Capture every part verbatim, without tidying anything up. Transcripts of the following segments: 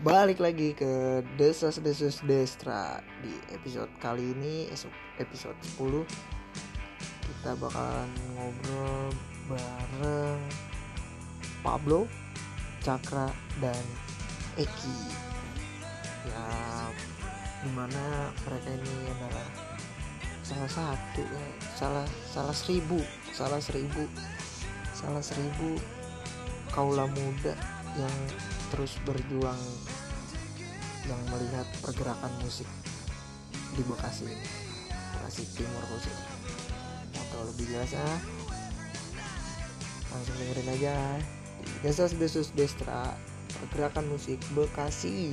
Balik lagi ke Desas-Desus Destra. Di episode kali ini, episode sepuluh, kita bakalan ngobrol bareng Pablo, Cakra, dan Eki. Ya, dimana mereka ini adalah salah satu, salah salah seribu, salah seribu, salah seribu kaula muda yang terus berjuang, yang melihat pergerakan musik di Bekasi ini, Bekasi Timur khusus. Mau tahu lebih jelasnya, langsung dengerin aja di Desas-Desus Destra, pergerakan musik Bekasi.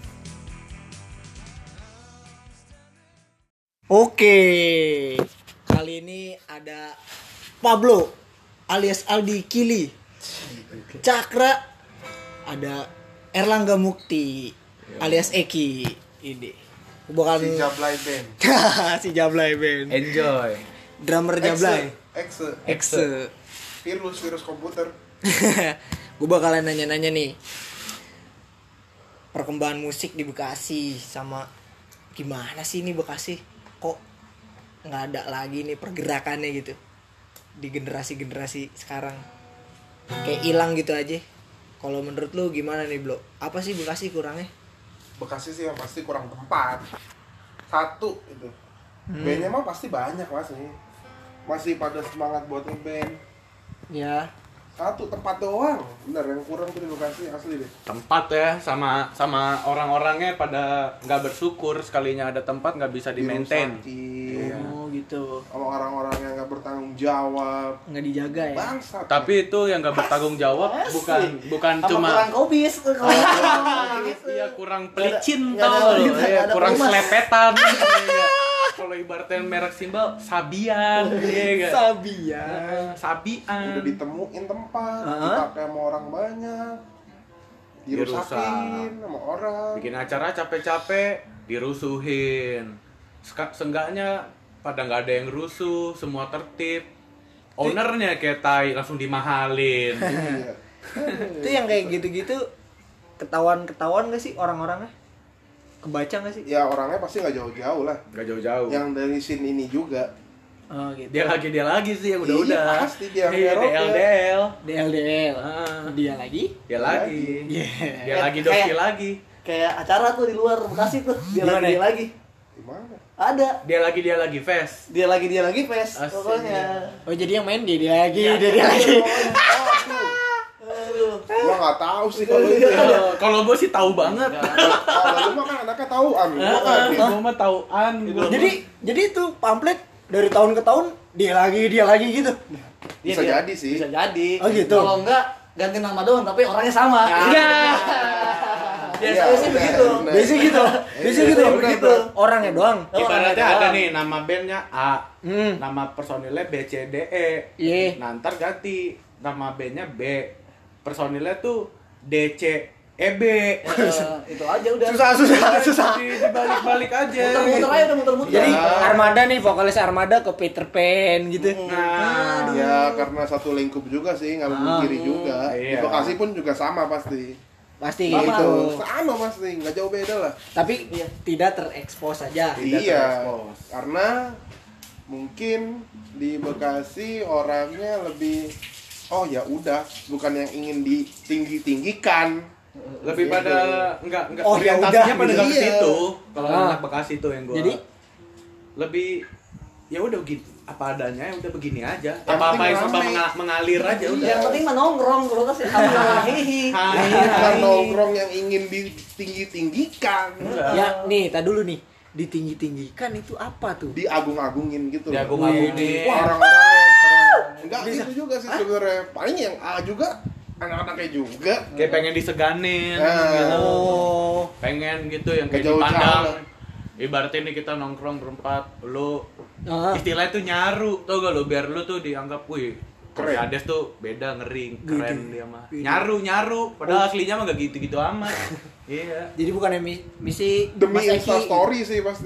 Oke, kali ini ada Pablo alias Aldi Kili, Cakra, ada Erlangga Mukti alias Eki. Ini bukan si Jablay Band. si Jablay Band. Enjoy. Drummer Jablay. Exe. Exe. Virus virus komputer. Gue bakalan nanya-nanya nih perkembangan musik di Bekasi, sama gimana sih ini Bekasi kok nggak ada lagi nih pergerakannya gitu di generasi-generasi sekarang, kayak hilang gitu aja. Kalau menurut lu gimana nih, Blo? Apa sih Bekasi kurangnya? Bekasi sih yang pasti kurang tempat. Satu itu. Hmm. Bandnya mah pasti banyak masih. Masih pada semangat buat nge-band. Ya. Satu tempat doang. Bener yang kurang tuh di Bekasi asli deh. Tempat ya, sama sama orang-orangnya pada nggak bersyukur sekalinya ada tempat nggak bisa di-maintain. Iya. Oh gitu. Kalau orang-orang yang nggak bertanggung jawab, nggak dijaga ya. Bangsat. Tapi itu yang nggak bertanggung jawab bukan bukan apa cuma kurang kobis kalau iya kurang pelicin Nggak ada- tau nggak lo, ada- iya, nggak ada kurang perumas. selepetan. Iya. Kalau ibaratnya merek simbol Sabian, iya enggak? Sabian. Sabian. Udah ditemuin tempat, Uh-huh. dipakai sama orang banyak. Dirusakin Dirusak. sama orang. Bikin acara capek-capek, dirusuhin. Seka- Seenggaknya pada nggak ada yang rusuh, semua tertib. Ownernya kayak tai langsung dimahalin. Iya. Itu yang kayak gitu-gitu ketahuan-ketahuan gak sih orang-orangnya? Kebaca gak sih? Ya orangnya pasti nggak jauh-jauh lah. Nggak jauh-jauh. Yang dari scene ini juga. Oh gitu. Dia lagi dia lagi sih yang udah-udah. Iya, pasti dia Iya, ngerok D L ya. D L. D L D L. Ah. Dia lagi? Dia lagi. Yeah. Dia lagi Kayak- doski lagi. kayak acara tuh di luar Bekasi tuh dia Gimana? lagi dia lagi Gimana? ada Dia lagi dia lagi fest. dia lagi dia lagi fest Asik. pokoknya. Oh jadi yang main dia dia lagi, Ya, dia dia lagi. Aduh. Gua nggak tahu sih kalau itu. Kalau kalau gue sih tahu banget. Kalau lu mah kan anaknya tahuan, gua kan. Gue mah tauan. Gua Jadi jadi itu pamflet dari tahun ke tahun dia lagi dia lagi gitu. Dia- Bisa dia- jadi sih. bisa jadi Oh, gitu. kalau enggak ganti nama doang tapi orangnya sama. Enggak. Biasanya sih bener, begitu. bener. Biasa gitu. Biasa gitu. Bener, Begitu. bener. Orangnya doang. Ibaratnya Orang ada doang. nih nama bandnya A, Hmm. nama personilnya B C D E. Iya. Nah ntar ganti nama bandnya B, personilnya tuh D C E B. Eh, itu aja udah. Susah susah susah. Di balik-balik aja. Muter-muter aja udah muter-muter. Jadi Ya. Armada nih, vokalis Armada ke Peter Pan gitu. Nah, Ya karena satu lingkup juga sih, nggak memungkiri juga. Di Iya. Bekasi pun juga sama pasti. Pasti Sama. gitu. Sama pasti, nggak jauh beda lah. Tapi Iya. tidak terekspos saja. Tidak Iya, terekspos. karena mungkin di Bekasi orangnya lebih, oh ya udah, bukan yang ingin ditinggi-tinggikan. lebih Gitu. pada enggak enggak Oh, ya orientasinya udah, pada gitu. enggak ke Iya. situ. Kalau Ah. anak Bekasi tuh yang gua. Jadi? lebih ya udah gitu apa adanya, ya udah begini aja. Yang Apa-apa penting yang serba rame. menga- mengalir aja udah. Yang penting mah nongkrong kalau kasih hihi. Hai, Bukan hai. nongkrong yang ingin ditinggi-tinggikan, Ya, nih, tak dulu nih. Ditinggi-tinggikan itu apa tuh? diagung-agungin gitu loh. Diagung-agungin. Wah, orang-orang enggak gitu juga sih sebenarnya. Paling yang A juga anak-anaknya juga. Kayak pengen diseganin Ah. gitu. Oh. Pengen gitu yang kayak Jauh-jauh. dipandang. Ibaratnya ini kita nongkrong berempat, lu Ah. istilahnya tuh nyaru, tau gak lu, biar lu tuh dianggap, wih, Keren. keren. Ades tuh beda, ngering, keren Gede. dia mah. Gede. Nyaru, nyaru, padahal aslinya mah gak gitu-gitu amat. Iya. Jadi bukan mi- misi Demi Mas Eki. Insta story sih pasti.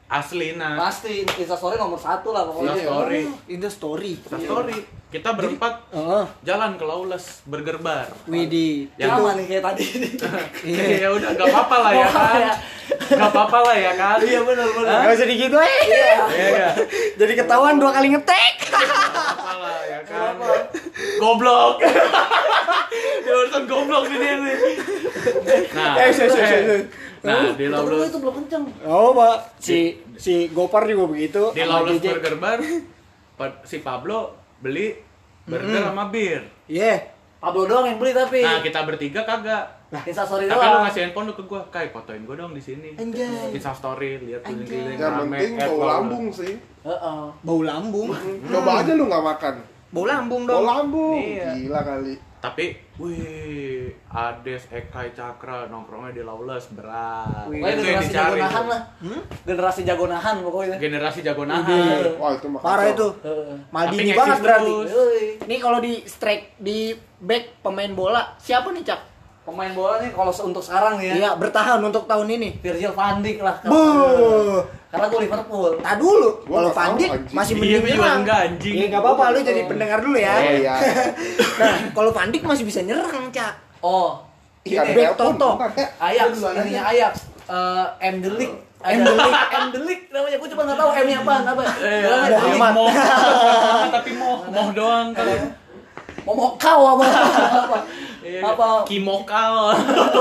asli nah. Pasti Instastory nomor satu lah pokoknya. Instastory. Insta story. Instastory. Kita berempat Heeh. jalan ke Lawless bergerbar. Widih. Yang- Sama nih kayak tadi. Ya udah nggak apa-apa lah ya kan. Nggak apa-apa lah ya kan. Iya benar benar. Enggak usah digitu eh. Iya ya. Jadi ketahuan dua kali ngetek. Apa lah ya kan. Goblok. Dia urusan goblok nih dia nih. Nah, Eh, saya, saya, saya, saya. nah di Itu Lawless itu belum kenceng. Oh, Pak. Si si Gopar juga begitu. di sama Lawless J J. Burger Bar pa- si Pablo beli burger sama bir. Iya. Pablo doang yang beli tapi. Nah, kita bertiga kagak. Instastory Tapi lu doang. ngasih handphone lu ke gua, "Kai, fotoin gua dong di sini." Anjay. Insta story, lihat keliling-keliling Yang rame. penting add bau Lawless. lambung sih. Heeh. Bau lambung. Coba aja lu nggak makan. Bau lambung Bau dong. lambung. Iya. Gila kali. Tapi, wih, Ades, Ekai, Cakra nongkrongnya di Lawless berat. Wih, Pokoknya Itu yang generasi jago dicari nahan tuh. lah. Generasi jago nahan pokoknya. Generasi jago nahan. Widih. Wah, itu mah Parah kacau. itu. Heeh. Maldini Tapi banget ngeksis berarti. terus. Yoi. Nih kalau di strike di back pemain bola siapa nih, Cak? Pemain bola nih kalau se- untuk sekarang nih ya. Iya, bertahan untuk tahun ini. Virgil van Dijk lah. Buh. Karena gue Liverpool. Tak dulu. Gua Kalau nggak Van tahu, Dijk anjing. masih Iya, mending gua juga nyerang. enggak, anjing. Iya, enggak apa-apa lu jadi pendengar dulu ya. Oh iya. Nah, kalau Van Dijk masih bisa nyerang, Cak. Oh. Iya, Back ada telepon, Toto. bentar, ya. Ajax, Duluan aja. ininya Ajax. Eh, M the League. M the League, M the League namanya. Gue cuma nggak tahu M-nya apaan, apa? Eh, Bilangnya tapi Muhammad. moh, tapi moh, moh doang kan. Mau kau apa? Apa? Iya, Apa? Kimokal.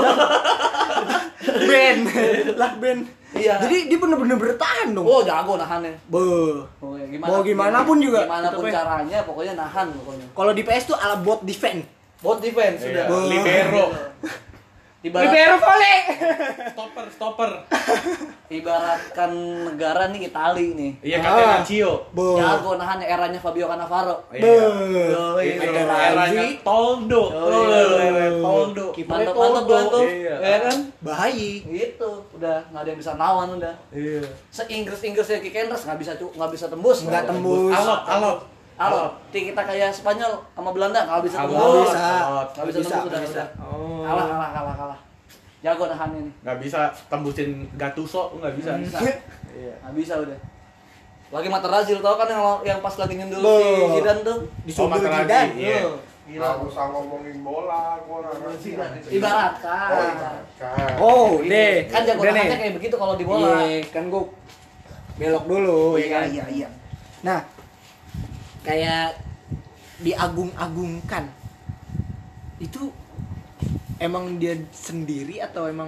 Ben. Lah Ben. Iya. Jadi dia bener-bener bertahan dong. Oh, jago nahannya. Beuh. Oh, ya, gimana? Mau gimana pun juga. Gimana pun Tetep ya. caranya, pokoknya nahan pokoknya. Kalau di P S tuh ala bot defense. Bot defense Iya, sudah. libero. Ibarat, Libero volley. Stopper, stopper. ibaratkan negara nih Itali nih. Iya, Ah. katanya Lazio. Beuh. Jago nahannya eranya Fabio Cannavaro. Iya. Beuh. Ini Ada eranya lagi. Toldo. Oh, iya. Toldo. Kipernya Mantap mantap Toldo. lah tuh. Iya. Ya kan? Bahaya. Gitu, udah nggak ada yang bisa lawan udah. Iya. Se-Inggris-Inggrisnya Kick Enders nggak bisa cu- nggak bisa tembus. Nggak tembus. Alot, alot. Halo, kita kayak Spanyol sama Belanda nggak bisa Alot. tembus. Nggak bisa. Nggak bisa Bisa, tembus udah nggak bisa. udah. Oh. Kalah kalah kalah kalah. Jago nahannya nih. Nggak bisa tembusin Gattuso, nggak bisa. Nggak bisa. Iya. Nggak bisa udah. Lagi Materazzi, tau kan yang yang pas lagi nyundul Loh. si Zidane tuh. Disuruh Materazzi, Zidane. iya. Loh, Gila. Nggak usah ngomongin bola, gua nggak ngerti. Ibaratkan. Oh, ibaratkan. Oh, deh. Kan jago Udah nahannya nih. kayak begitu kalau di bola. Iya, kan gua belok dulu ya Iya, kan. iya, iya. Nah, kayak diagung-agungkan. Itu emang dia sendiri atau emang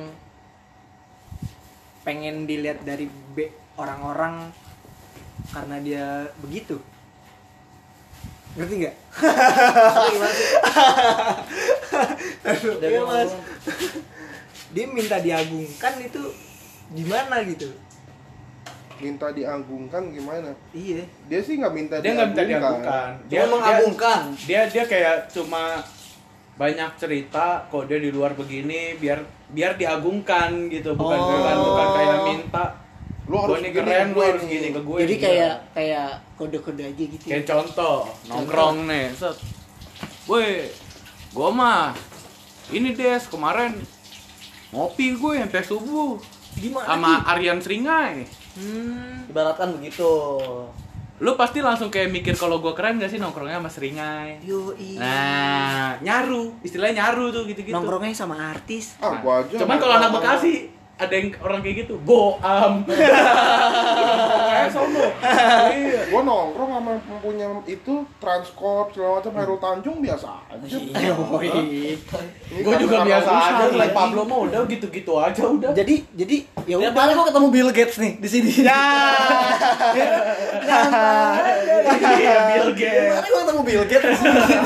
pengen dilihat dari be- orang-orang karena dia begitu? Ngerti nggak? Gimana sih? Dari Iya, Mas. ngomong. Dia minta diagungkan itu gimana gitu? Minta diagungkan gimana? Iya. Dia sih nggak minta Dia nggak minta diagungkan. Dia mengagungkan. Dia dia kayak cuma banyak cerita kok dia di luar begini biar biar diagungkan gitu, bukan Oh. bukan, bukan kayak minta Lu harus gua nih begini keren, ke lu gue harus nih. gini ke gue. Jadi gitu. kayak kayak kode-kode aja gitu. kayak contoh nongkrong nih, set. Woi, gua mah ini Des kemarin ngopi gue sampai subuh Gimana? sama Aryan Seringai. Hmm. Ibaratkan begitu. Lu pasti langsung kayak mikir kalau gua keren gak sih nongkrongnya sama Seringai. Yoi. Nah, nyaru, istilahnya nyaru tuh gitu-gitu. Nongkrongnya sama artis. Ah, gua aja. Cuman kalau anak Bekasi ada yang orang kayak gitu, boam. Kayak sono. Iya. Gua nongkrong sama punya itu Transcorp segala macam Hairul Tanjung biasa aja. Iya, woi. Ini Gua kan juga karena biasa usaha, aja, like anjing. Pablo mah udah gitu-gitu aja udah. Jadi jadi ya Ya udah. kemarin gua ketemu Bill Gates nih di sini. Ya. Iya, Bill Gates. Kemarin gua ketemu Bill Gates.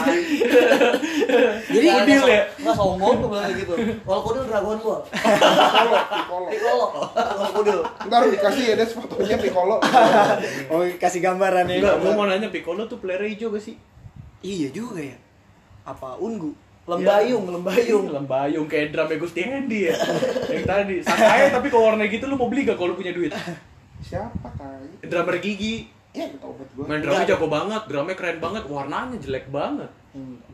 Jadi Nggak, Bill nggak ya? so- Nggak sombong gua bilang gitu. Kalau kudil Dragon Ball. Piccolo, Piccolo. Piccolo. Kalau kudil. Ntar dikasih ya des fotonya Piccolo. oh kasih gambaran ya. Enggak, gua mau nanya Piccolo tuh player hijau gak sih? Iya juga ya. Apa ungu? Lembayung, lembayung. Lembayung kayak drumnya Gusti Hendi ya. Yang tadi, santai tapi kalau warna gitu lu mau beli gak kalau lu punya duit? Siapa kali? Drummer Gigi. Ya, kita obat gua. Main drumnya jago banget, drumnya keren banget, warnanya jelek banget. Hmm.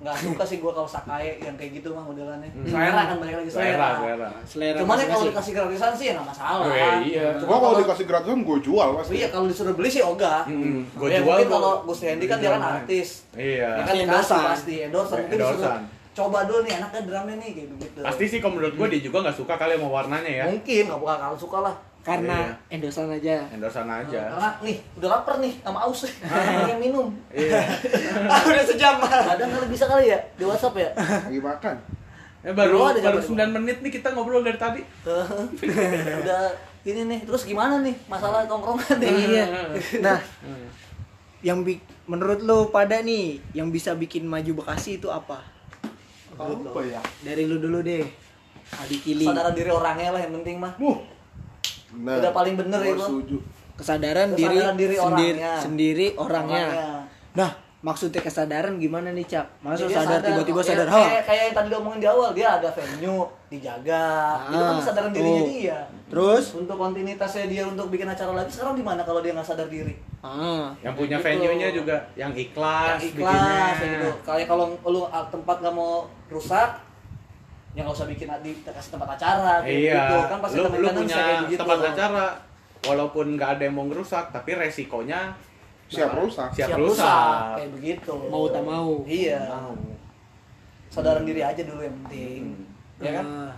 nggak suka sih gue kalau Sakae yang kayak gitu mah modelannya. Hmm. Selera kan balik lagi selera. Selera, selera. Selera Cuman ya kalau masing-masing. dikasih gratisan sih ya nggak masalah. Oh, iya, iya. Cuma kalau dikasih gratisan gue jual pasti. Oh iya kalau disuruh beli sih ogah. Hmm, gua ya, jual, mungkin gua- kalau Gus Hendy kan dia kan jual. artis. Iya. Ya kan Endorsan. endorsan pasti endorsan mungkin disuruh Endorsan. coba dulu nih enaknya drumnya nih kayak begitu. Pasti sih kalau menurut gue dia juga nggak suka kali sama warnanya ya. Mungkin nggak bakal kalau suka lah. Karena endorsan aja. Endorsan aja. Karena nih udah lapar nih sama aus pengen minum. Iya. Ah, udah sejam. Ada kali bisa kali ya di WhatsApp ya. Lagi makan. Eh baru Belum ada baru jawaban. sembilan menit nih kita ngobrol dari tadi. Udah ini nih terus gimana nih masalah tongkrongan nih. Iya. Nah, yang bi- menurut lu pada nih yang bisa bikin maju Bekasi itu apa? Menurut Apa lu? ya? Dari lu dulu deh. Adi Kili. Kesadaran diri orangnya lah yang penting mah. Buh. Bener. Udah paling bener Gua itu. setuju. Kesadaran, Kesadaran diri, diri sendiri, orangnya. sendiri orangnya. Orangnya. Nah, maksudnya kesadaran gimana nih, Cak? Masa Jadi dia sadar tiba-tiba oh, sadar, ya, ha? kayak, kayak yang tadi diomongin di awal, dia ada venue, dijaga. Itu kan Ah, kesadaran dirinya tuh. dia. Terus? Untuk kontinuitasnya dia untuk bikin acara lagi sekarang di mana kalau dia nggak sadar diri? Ah, Yang punya Gitu. venue-nya juga yang ikhlas, Yang ikhlas kayak bikinnya. gitu. Kayak kalau lu ah, tempat nggak mau rusak, ya nggak usah bikin di kasih tempat acara kayak Iya. gitu. Kan pasti lu, lu teman-teman punya bisa kayak begitu. tempat acara, walaupun nggak ada yang mau ngerusak, tapi resikonya Siap rusak. siap, Siap rusak. rusak kayak begitu. mau tak mau. Iya. Mau. Sadaran diri aja dulu yang penting. Hmm. Ya kan? Ah.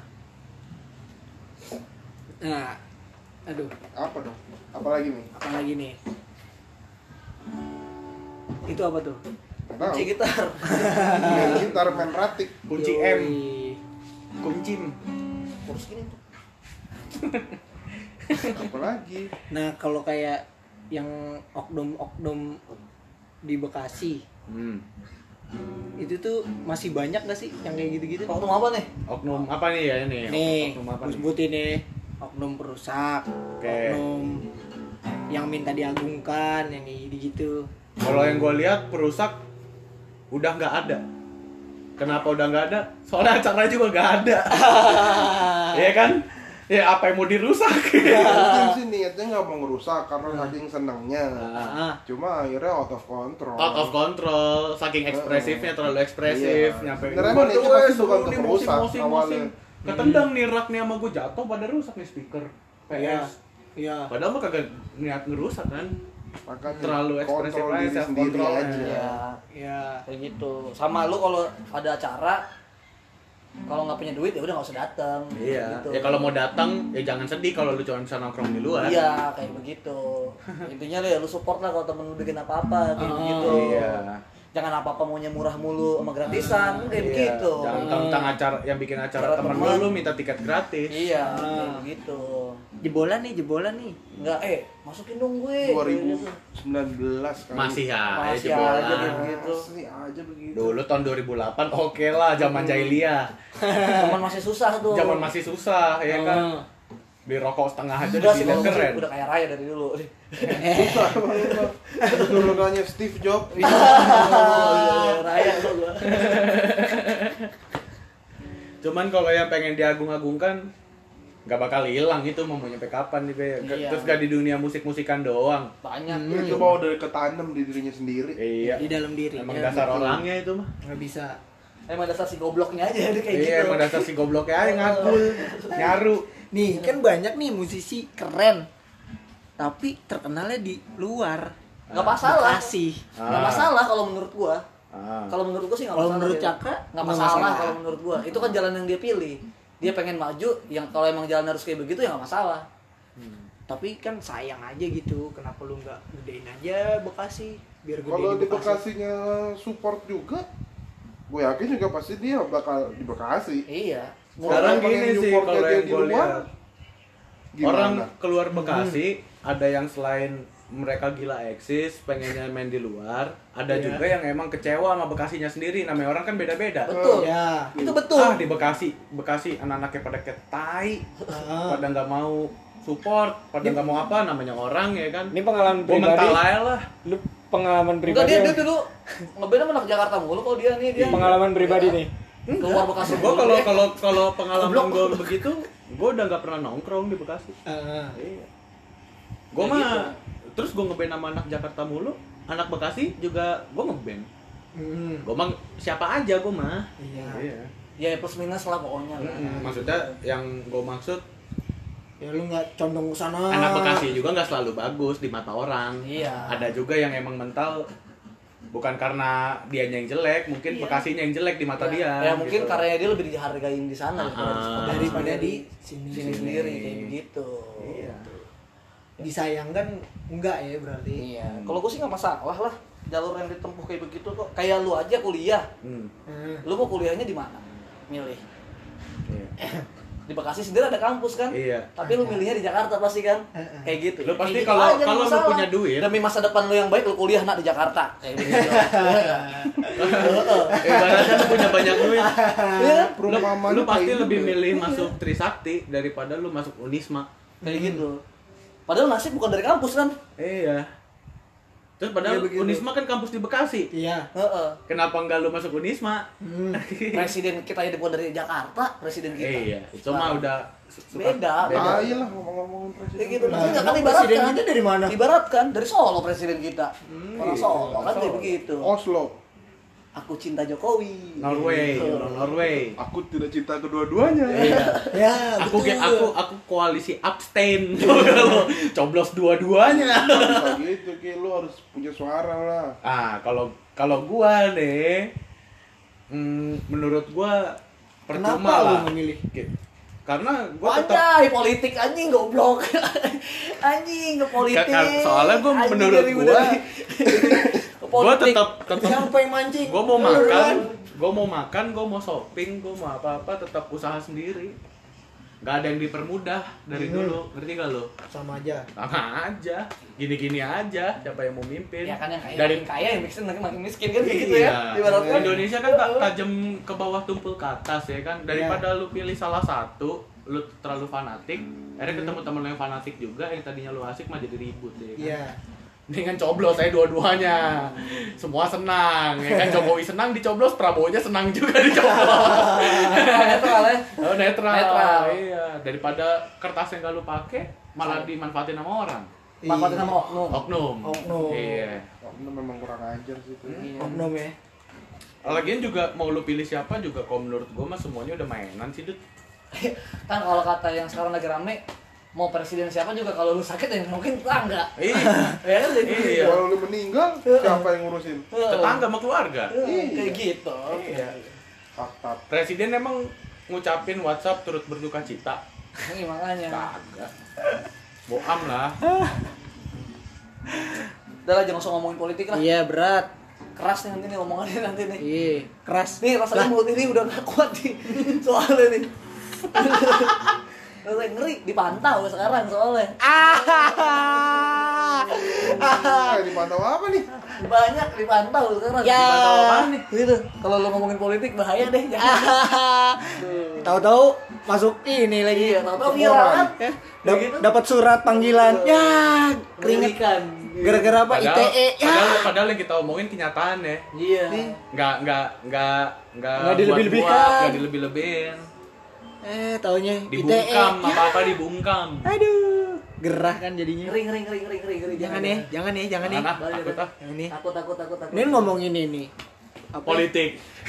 Nah, aduh, Apa dong? Apalagi nih? apa lagi nih? Itu apa tuh? Nggak tahu. Kunci gitar. Main gitar, main ratik. Kunci Yoi. M, kunci M. Terus gini tuh. Apalagi? Nah, kalau kayak yang oknum-oknum di Bekasi, Hmm. itu tuh masih banyak gak sih yang kayak gitu-gitu? Waktu apa nih? Oknum apa nih ya ini? Nih, Oknum apa gue nih? sebutin nih. Oknum perusak, Oke. oknum yang minta diagungkan, yang kayak gitu-gitu. Kalau yang gue lihat perusak udah nggak ada. Kenapa udah nggak ada? Soalnya acara juga nggak ada. Iya kan? Ya apa yang mau dirusak? Mungkin sih niatnya nggak mau ngerusak karena saking senangnya. Ah, Cuma akhirnya out of control. Out of control, saking ekspresifnya, terlalu ekspresif, Iya. nyampe Sebenarnya "Gua niatnya tuh, pasti eh, bukan seru untuk nih, merusak mosing, awalnya." mosing. Ketendang nih rak nih sama gue jatuh pada rusak nih speaker P Iya. S. iya. Padahal mah kagak niat ngerusak kan. Makanya Terlalu ekspresif kontrol aja, diri self sendiri control aja. Ya, Iya. kayak gitu. Sama lu kalau ada acara kalau nggak punya duit ya udah nggak usah datang. Iya. Gitu. Ya kalau mau datang ya jangan sedih kalau lu cuma bisa nongkrong di luar. Iya, kayak begitu. Intinya lu ya lu support lah kalau temen lu bikin apa-apa kayak Oh, begitu. Iya. Jangan apa-apa maunya murah mulu sama gratisan, kan kayak Iya. begitu. Jangan tentang acara yang bikin acara Acara temen temen. lu, lu minta tiket gratis. Iya, Ah. kayak begitu. Jebolan nih, jebolan nih. Enggak, eh, masukin dong gue. dua ribu Kayak gitu. sembilan belas kan. Masih ya, Masih ya aja jebolan. gitu. Gitu. Masih aja begitu. Dulu tahun dua ribu delapan oke lah, zaman jahiliyah. Zaman masih susah tuh. Zaman masih susah, ya kan? Ah. Beli rokok setengah aja Udah sih dilihat kalau keren. musik udah kayak raya dari dulu. Susah banget. Dulu nanya Steve Jobs. Ah, raya tuh gua. Cuman kalau yang pengen diagung-agungkan nggak bakal hilang itu mau nyampe kapan nih Be? Iya. Terus gak di dunia musik-musikan doang. Banyak. Ya, itu mau udah ketanam di dirinya sendiri. Iya. Di dalam diri. Emang dasar orangnya itu mah. Nggak bisa. Emang dasar si gobloknya aja dia kayak Iya, gitu. emang dasar si gobloknya aja ngagul, nyaru. Nih, kan banyak nih musisi keren. Tapi terkenalnya di luar. Enggak masalah. Bekasi. Enggak Ah. masalah kalau menurut gua. Ah. Kalau menurut gua sih enggak Kalau masalah. menurut gitu. Cakra, nggak nggak masalah, masalah. kalau menurut gua. Itu kan jalan yang dia pilih. Dia pengen maju, yang kalau emang jalan harus kayak begitu ya nggak masalah. Tapi kan sayang aja gitu. Kenapa lu nggak gedein aja Bekasi? Biar gede Kalau di di Bekasi. Bekasinya support juga, gue yakin juga pasti dia bakal di Bekasi. Iya. Sekarang Orang gini yang sih supportnya kalau dia yang di gue luar, lihat. Orang Gimana? keluar Bekasi ada yang selain mereka gila eksis pengennya main di luar, ada Iya. juga yang emang kecewa sama Bekasinya sendiri. Namanya orang kan beda-beda. Betul. Ya. Itu betul. Ah di Bekasi, Bekasi anak-anaknya pada ketai, Ah. pada nggak mau support, pada nggak mau apa namanya orang ya kan. Ini pengalaman Gue pribadi. mental aja lah. Lu pengalaman Enggak pribadi. dia, yang- dia dulu ngeband sama anak Jakarta mulu kalau dia nih dia. Pengalaman pribadi nih. Keluar Bekasi. Gue mulu kalau dia. kalau kalau pengalaman Goblok. gue begitu, gue udah nggak pernah nongkrong di Bekasi. Ah. Iya. Gue Ya mah terus gue ngeband sama anak Jakarta mulu, anak Bekasi juga gue ngeband. Hmm. Gue mah siapa aja gue mah. Iya. Iya. Ya plus minus lah pokoknya kan. Mm-mm. Maksudnya yang gue maksud Ya lu nggak condong ke sana. anak Bekasi juga nggak selalu bagus di mata orang. Iya. Ada juga yang emang mental bukan karena dianya yang jelek, mungkin Iya. Bekasinya yang jelek di mata dia. Ya mungkin gitu. karyanya dia lebih dihargain di sana Ah, daripada, ah. Daripada sendiri. di sini. sini sendiri kayak begitu. Iya. Disayangkan enggak ya berarti. Iya. Kalau gue sih nggak masalah lah jalur yang ditempuh kayak begitu kok. Kayak lu aja kuliah, Hmm. Hmm. lu mau kuliahnya di mana? Milih. Iya. Di Bekasi sendiri ada kampus kan? Iya. Tapi lu milihnya di Jakarta pasti kan? Heeh. Kayak gitu. Lu pasti Kayak gitu kalau- aja, nggak kalau lu masalah. punya duit. Demi masa depan lu yang baik lu kuliah nak di Jakarta. Kayak gitu. Ibaratnya lu punya banyak duit. Iya. Lu, Perumpamaan lu pasti kayak lebih gitu. milih masuk Trisakti daripada lu masuk Unisma. Kayak gitu. Padahal nasib bukan dari kampus kan? Iya. Terus padahal Iya, begitu. Unisma kan kampus di Bekasi. Iya. Heeh. Kenapa enggak lu masuk Unisma? Hmm. Presiden kita ya bukan dari Jakarta, presiden kita. Iya, itu mah udah su- suka- Beda. Ah, iyalah ngomong-ngomongin presiden. Kayak gitu. Nah, Maksudnya kan emang ibaratkan. presiden kita dari mana? Ibaratkan dari Solo presiden kita. Orang iya, Solo kan kayak Solo. begitu. Oslo. Aku cinta Jokowi. Norway, Gitu. you know, Norway. Aku tidak cinta kedua-duanya. Iya. Ya, Aku betul. ge- aku aku koalisi abstain. Kalau coblos dua-duanya. Bisa gitu, Ki. Lu harus punya suara lah. Ah, kalau kalau gua nih mm, menurut gua percuma Kenapa lu lah. memilih? Ki- Karena gua tetap Anjay, politik anjing goblok. Anjing ke politik. Ka- ka- soalnya gua Anjing menurut dari- gua- dari- ke gua politik. tetap tetap Siapa yang mancing? gua mau Lu makan, kan? gua mau makan, gua mau shopping, gua mau apa-apa tetap usaha sendiri. Gak ada yang dipermudah dari Hmm. dulu, ngerti gak lo? Sama aja. Sama aja, gini-gini aja, siapa yang mau mimpin? Ya kan yang kaya Dari makin kaya yang miskin makin makin miskin kan kayak gitu ya. Iya. Ibaratkan. Indonesia kan tak tajam ke bawah tumpul ke atas ya kan. Daripada lu pilih salah satu, lu terlalu fanatik, akhirnya ketemu temen lu yang fanatik juga, yang tadinya lu asik mah jadi ribut ya kan. Iya. Dengan coblos saya dua-duanya. Semua senang, ya kan Jokowi senang dicoblos, Prabowo-nya senang juga dicoblos. Netral ya. Oh, netral. Netral. Iya, daripada kertas yang gak lu pakai malah dimanfaatin sama orang. Manfaatin sama oknum. Oknum. Oknum. Iya. Ini memang kurang ajar sih itu. Iya. Oknum ya. Lagian juga mau lu pilih siapa juga kalau menurut gua mah semuanya udah mainan sih, Dut. Kan kalau kata yang sekarang lagi rame mau presiden siapa juga kalau lu sakit ya mungkin tetangga. Iya. Ya kan jadi Iya. Kalau lu meninggal, siapa yang ngurusin? Tetangga sama keluarga. Kayak gitu. Iya. Fakta. Presiden emang ngucapin WhatsApp turut berduka cita. Ini makanya. Kagak. Boam lah. Udah lah jangan usah ngomongin politik lah. Iya, berat. Keras nih nanti nih omongannya nanti nih. Iya, keras. Nih rasanya mulut ini udah gak kuat nih soalnya nih. Rasanya ngeri dipantau sekarang soalnya. Ah, dipantau apa nih? Banyak dipantau sekarang. Ya. Dipantau apaan nih? Gitu. Kalau lu ngomongin politik bahaya deh. Jangan. Tahu-tahu masuk ini lagi. Iya, tahu-tahu viral kan? Dap- Begitu. Dapat surat panggilan. Ya, keringet. Mengerikan. Gara-gara apa? I T E. Ya. padahal, padahal yang kita omongin kenyataan ya. Iya. Nggak, nggak, nggak, nggak Nggak dilebih-lebihkan. buat-buat, nggak dilebih-lebihin. Eh, taunya I T E. Dibungkam, Ya. apa-apa dibungkam. Aduh, gerah kan jadinya. Ngeri ngeri ngeri ngeri ngeri ngeri. Jangan ya, jangan ya, jangan ya. Jangan ah, takut ah. Jangan ya. Takut takut takut takut. Ini ngomongin ini. Apa? Politik.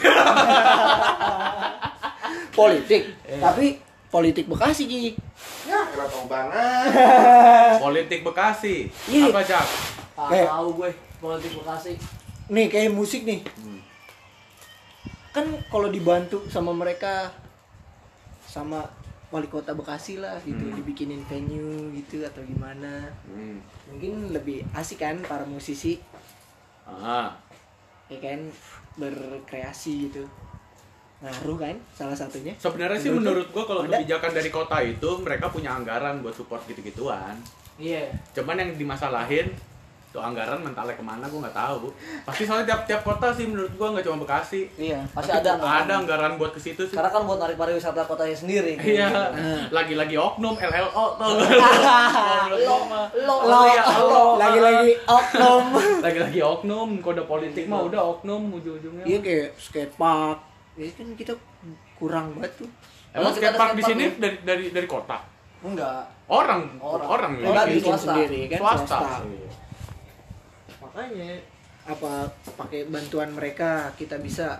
Politik. Tapi politik Bekasi, Ki. Ya, kira tahu banget. Politik Bekasi. Iya. Apa, Jak? Ah, Eh. tahu gue politik Bekasi. Nih kayak musik nih. Hmm. Kan kalau dibantu sama mereka sama wali kota Bekasi lah gitu, Hmm. dibikinin venue gitu atau gimana. Hmm. Mungkin lebih asik kan para musisi Ah. ya kan berkreasi gitu. Ngaruh kan salah satunya. Sebenarnya sih Menurut menurut gua kalau ada? kebijakan dari kota itu mereka punya anggaran buat support gitu-gituan. Iya. Cuman yang dimasalahin tuh anggaran mentalnya kemana gua nggak tahu. Pasti soalnya tiap-tiap kota sih menurut gua nggak cuma Bekasi. Iya. Pasti Tapi ada. ada anggaran buat ke situ sih. Karena kan buat narik pariwisata kotanya sendiri. Iya, Nah. lagi-lagi oknum L L O tuh. Lo lo Lo, iya, lo. lagi-lagi oknum. Lagi-lagi oknum, kode politik mah udah oknum ujung-ujungnya. Iya kayak skatepark. Ya kan kita kurang banget tuh. Emang Kita ada skatepark di skatepark sini nih. dari dari dari kota. Enggak. Orang, Orang. orang, Pribadi, bikin swasta. sendiri kan swasta. swasta. Iya. Makanya apa pakai bantuan mereka kita bisa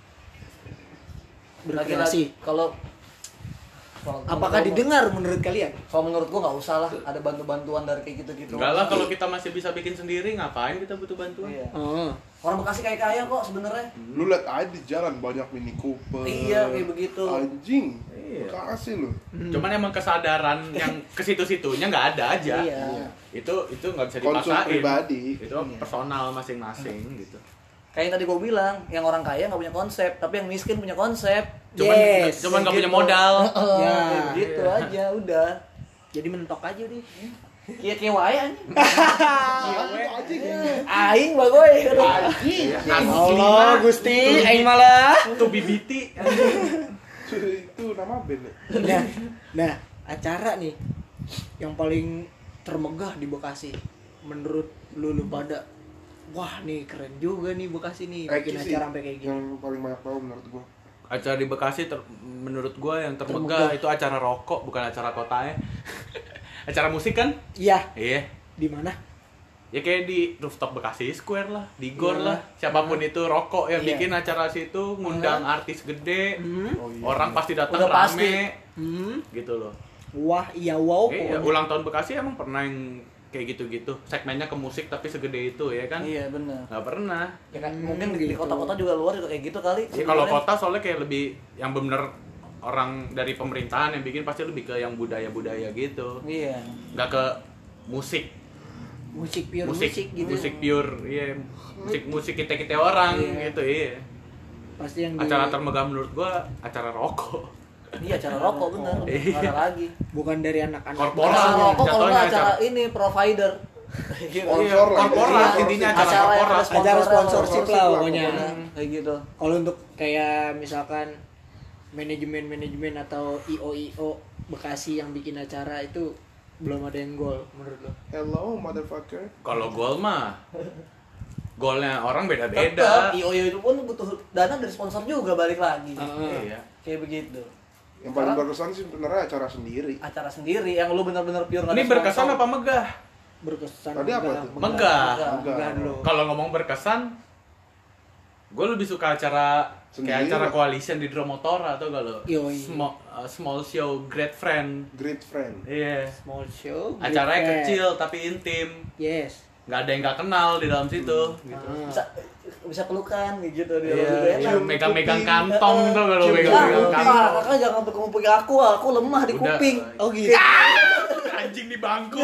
Lagi-lagi berkreasi. kalau kalau- Apakah kalau- didengar menurut kalian? Kalau menurut gua nggak usah lah ada bantu-bantuan dari kayak gitu-gitu. Enggak lah, kalau kita masih bisa bikin sendiri, ngapain kita butuh bantuan? Iya. Oh. Orang Bekasi kayak kaya kok sebenarnya. Lu lihat aja di jalan banyak Mini Cooper. Iya, kayak begitu. Anjing. Iya. Bekasi lu. Cuman emang kesadaran yang ke situ-situnya nggak ada aja. Iya. Itu itu nggak bisa Konsum dipaksain. pribadi. Itu Iya. personal masing-masing gitu. Kayak yang tadi gua bilang, yang orang kaya nggak punya konsep, tapi yang miskin punya konsep. Cuman Yes, cuman nggak punya Gitu. modal. Ya. Kayak gitu aja udah. Jadi mentok aja deh. Kia kia wae anjing. Anjing. Aing bagoy. Anjing. Iya, Allah Gusti, aing malah. Tuh bibiti. Itu nama band ya? Nah, nah, acara nih yang paling termegah di Bekasi menurut lu, lu pada. Wah, nih keren juga nih Bekasi nih bikin Eki sih, acara sampai kayak gini. yang paling banyak tahu menurut gua. Acara di Bekasi ter- menurut gua yang termegah Termegah. itu acara rokok, bukan acara kotanya. Acara musik kan? Iya, Iya. di mana? Ya kayak di rooftop Bekasi Square lah, di Gor Iya. lah. Siapapun itu rokok yang Iya. bikin acara situ, ngundang artis gede. Hmm. Oh, iya. Orang pasti datang Udah pasti. rame Hmm. gitu loh. Wah, iya wow Iya, pokoknya. ulang tahun Bekasi emang pernah yang kayak gitu-gitu. Segmennya ke musik tapi segede itu ya kan? Iya benar. Nggak pernah. Ya kan Hmm, mungkin di gitu. kota-kota juga luar juga kayak gitu kali. Ya, kalau sebenarnya. kota soalnya kayak lebih yang bener orang dari pemerintahan yang bikin pasti lebih ke yang budaya-budaya gitu. Iya. Nggak ke musik. Musik pure musik, musik, gitu. musik pure, iya. Musik-musik kita-kita orang Iya. gitu, iya. Pasti yang di, Acara termegah menurut gua acara rokok. Iya acara rokok bener. Iya. Nggak ada lagi. bukan dari anak-anak. Korporat. Acara Jatuhnya rokok kalau nggak acara acara- ini provider. Gitu. Sponsor lah. korporat, Iya. intinya acara Acara yang ada korporat. sponsor. Acara sponsorship lah lah, pokoknya. pokoknya. Kayak gitu. Kalau untuk kayak misalkan manajemen-manajemen atau I O I O Bekasi yang bikin acara itu belum ada yang gol menurut lo. Hello motherfucker. Kalau gol mah golnya orang Tetap beda-beda. I O I itu pun butuh dana dari sponsor juga balik lagi. Heeh. Iya. Kayak begitu. Yang paling berkesan sih sebenarnya acara sendiri. Acara sendiri yang lu benar-benar pure nggak Ini ada berkesan sponsor. apa megah? Berkesan. Tadi apa megah, tuh? megah. Megah. Megah. Megah dulu. Kalau ngomong berkesan, gue lebih suka acara Sendiri kayak acara lah. coalition di Dromotora atau kalau Yoi. small, uh, small show great friend. Great friend. Iya. Small show. Acaranya great kecil tapi intim. fan. Yes. Nggak ada yang nggak kenal di dalam situ. Gitu. Ah. Bisa bisa pelukan gitu dia Iya, juga enak. cium megang-megang kantong tuh kalau Cium megang-megang kuping. kantong. Ah, kakak jangan berkumpul aku, aku lemah di Udah. kuping. Oh gitu. Anjing di bangku.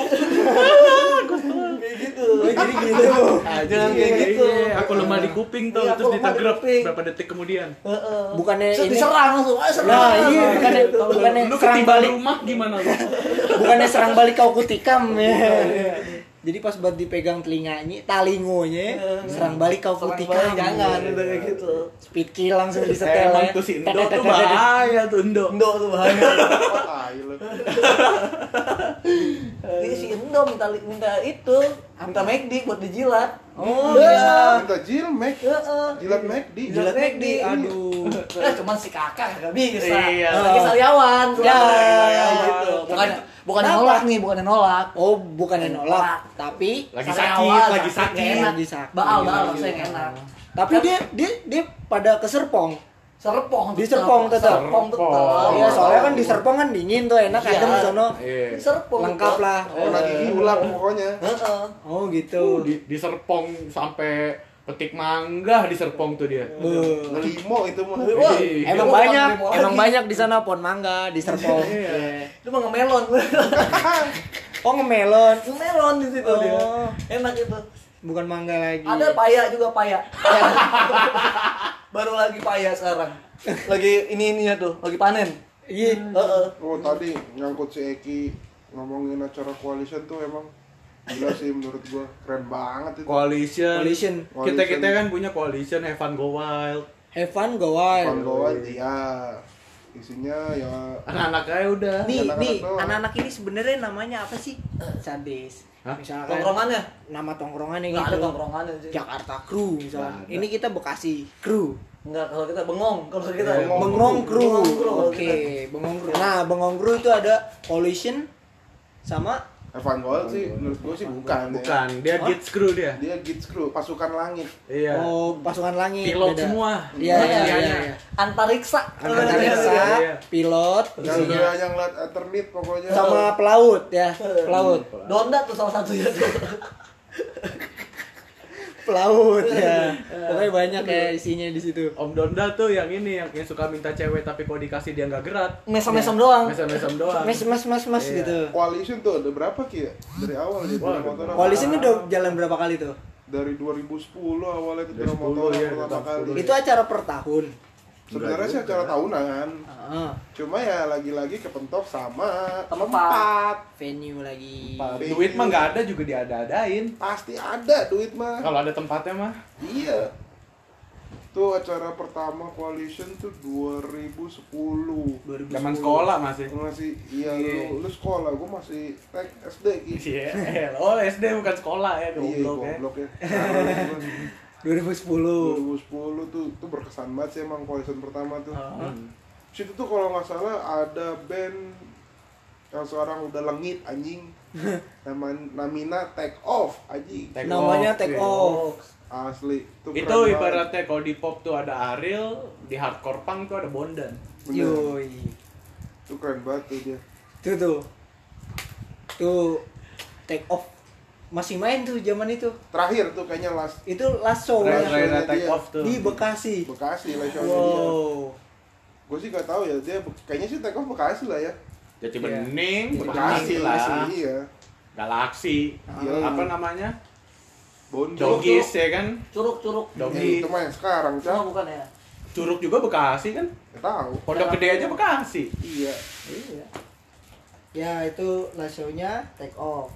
Kayak gitu. Oh, jadi gitu. Jangan kayak gitu. Iya, aku lemah di kuping tuh, Iya, terus aku lemah di ditegrep kuping. berapa detik kemudian. Heeh. Bukannya Terus ini- diserang langsung, ayo serang. Nah, iya, bukannya bukannya Lu serang ketimbang balik, rumah gimana lu? bukannya serang balik kau kutikam ya. Jadi pas buat dipegang telinganya, talingonya, serang balik kau Serang kutikam. balik, jangan udah kayak gitu. Speed kill langsung disetel Emang ya. tuh si Indo tuh bahaya tuh Indo. Indo tuh bahaya. Oh, tai lu. Ini si Indo minta minta itu, minta McD buat dijilat. Oh, iya. Minta jilmek. Heeh. Jilat McD. Jilat McD. McD, aduh. Eh, cuman si kakak gak bisa. Iya. Lagi sariawan. Ya, Kayak gitu. Bukan bukan Kenapa? nolak nih, bukan nolak. Oh, bukannya nolak, tapi Lagi Sariawan, sakit, lagi sakit, sakit. enak. lagi sakit. Baal, baal, Lagi saya sakit. enak. Tapi dia dia dia pada ke Serpong. Serpong Di Serpong tetap. Serpong tetap. Oh, Iya, soalnya kan di Serpong kan dingin tuh, enak Iya. adem di sono. Iya. Di Serpong Lengkap tetap. lah. Oh, lagi ulang pokoknya. Heeh. Oh, gitu. Tuh di, di Serpong sampai petik mangga di Serpong tuh dia. Beuh. Ngelimo itu mah. Wah, Iya. Emang Dia banyak, mau lagi. emang banyak di sana pohon mangga di Serpong. Iya. Itu mah ngemelon. Oh, ngemelon. Ngemelon di situ dia. Oh. Enak itu. Bukan mangga lagi. Ada paya juga paya. Baru lagi paya sekarang. Lagi ini ininya tuh, lagi panen. Iya. Heeh. Oh, tadi nyangkut si Eki ngomongin acara coalition tuh emang gila sih menurut gua. Keren banget itu. Coalition. Coalition. Kita kita kan punya coalition Have Fun Go Wild. Have fun, go wild. Panggoan iya. Isinya ya Anak-anak aja udah. Nih, Anak-anak nih, doang. anak-anak ini sebenarnya namanya apa sih? Sadis. Hah? Misalkan Tongkrongannya? nama tongkrongannya Nggak ada gitu. tongkrongannya sih. Jakarta Crew misalnya. Nggak ada. Ini kita Bekasi Crew. Enggak, kalau kita bengong, kalau kita Iya, Bengong. Bengong Crew. Bengong Crew, kalau Oke, kita. Bengong Crew. Nah, Bengong Crew itu ada Coalition sama Evan Gold sih menurut gue sih bukan. Bukan, dia Hah? Git Screw dia. Ya. Dia Git Screw, pasukan langit. Iya. Oh, pasukan langit. Pilot beda. semua. Iya, Oh, iya, iya, iya. iya. iya. Antariksa. Antariksa, Iya, iya. pilot, Yang isinya dia yang lihat Eternit pokoknya. sama pelaut ya, pelaut. Donda tuh salah satunya tuh. Pelaut ya. Pokoknya banyak ya isinya di situ. Om Donda tuh yang ini yang, yang suka minta cewek tapi kalau dikasih dia nggak gerak. Mesem-mesem doang. Mesem-mesem doang. Mas mas mas mas Iya. gitu. Coalition tuh ada berapa Ki ya? Dari awal dia Wah, punya motor. Koalisi ini udah jalan berapa kali tuh? Dari dua ribu sepuluh awalnya itu Dari jalan sepuluh, motor iya, pertama tahun kali. sepuluh. Itu acara per tahun. Sebenarnya sih Enggak acara juga. tahunan. Ah, Cuma ya lagi-lagi kepentok sama Tempat. tempat. venue lagi. Venue. Duit mah nggak ada juga diada-adain. Pasti ada duit mah. Kalau ada tempatnya mah. Iya. Tuh acara pertama Coalition tuh dua ribu sepuluh. Zaman sekolah masih. Masih iya Iya. lu, lu sekolah, gua masih tek S D gitu. Iya. Oh, S D bukan sekolah ya, Iya, goblok ya. goblok ya. dua ribu sepuluh. dua ribu sepuluh tuh tuh berkesan banget sih emang Coalition pertama tuh. Hmm. Situ tuh kalau nggak salah ada band yang sekarang udah lengit anjing. Nama Namina Take Off anjing. Take Namanya off, take iya. off. Asli. Tuh Itu keren banget. ibaratnya kalau di pop tuh ada Ariel, di hardcore punk tuh ada Bondan. Bener. Yoi. Tuh keren banget tuh dia. Tuh tuh. Tuh take off. Masih main tuh zaman itu. Terakhir tuh kayaknya last Itu last show Terakhir ya. terakhir dia. take off tuh. Di Bekasi. Bekasi lah show-nya dia. Wow. Gue sih gak tahu ya, dia kayaknya sih Take Off Bekasi lah ya. Jati Iya. Bening, Jati Bekasi Bekasi lah. Iya. Galaksi. Iya. Apa namanya? Bondo. Doggies ya kan? Curug-curug. Ya, Doggies. itu mah yang sekarang, Oh, Cak. bukan ya? Curug juga Bekasi kan? Gak tahu. Pondok Gede aja Bekasi. Iya. Iya. Ya itu last show-nya take off.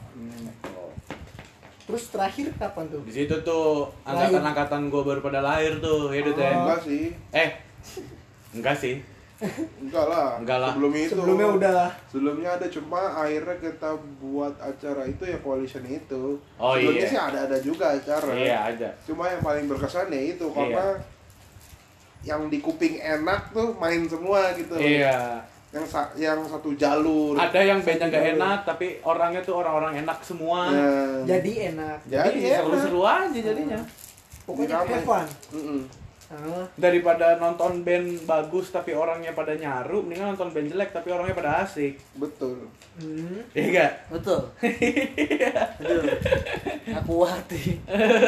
Terus terakhir kapan tuh? Di situ tuh angkatan-angkatan gue baru pada lahir tuh, ya Dut, ya. Oh. Enggak sih. Eh, enggak sih. Enggak lah. Enggak lah. Sebelum itu. Sebelumnya udah. Sebelumnya ada, cuma akhirnya kita buat acara itu ya Coalition itu. Oh, Sebelumnya iya. sih ada-ada juga acara. Iya aja. Cuma yang paling berkesan ya itu karena yang di kuping enak tuh main semua gitu. Iya. Yang sa- yang satu jalur. Ada yang bandnya nggak enak, tapi orangnya tuh orang-orang enak semua. Nah, Jadi enak. jadi Jadi enak. seru-seru aja jadinya. Pokoknya Ramai. have fun. Mm-mm. Ah, Daripada nonton band bagus tapi orangnya pada nyaru, mendingan nonton band jelek tapi orangnya pada asik. Betul. hmm. Iya enggak? Betul. Betul. Aku hati.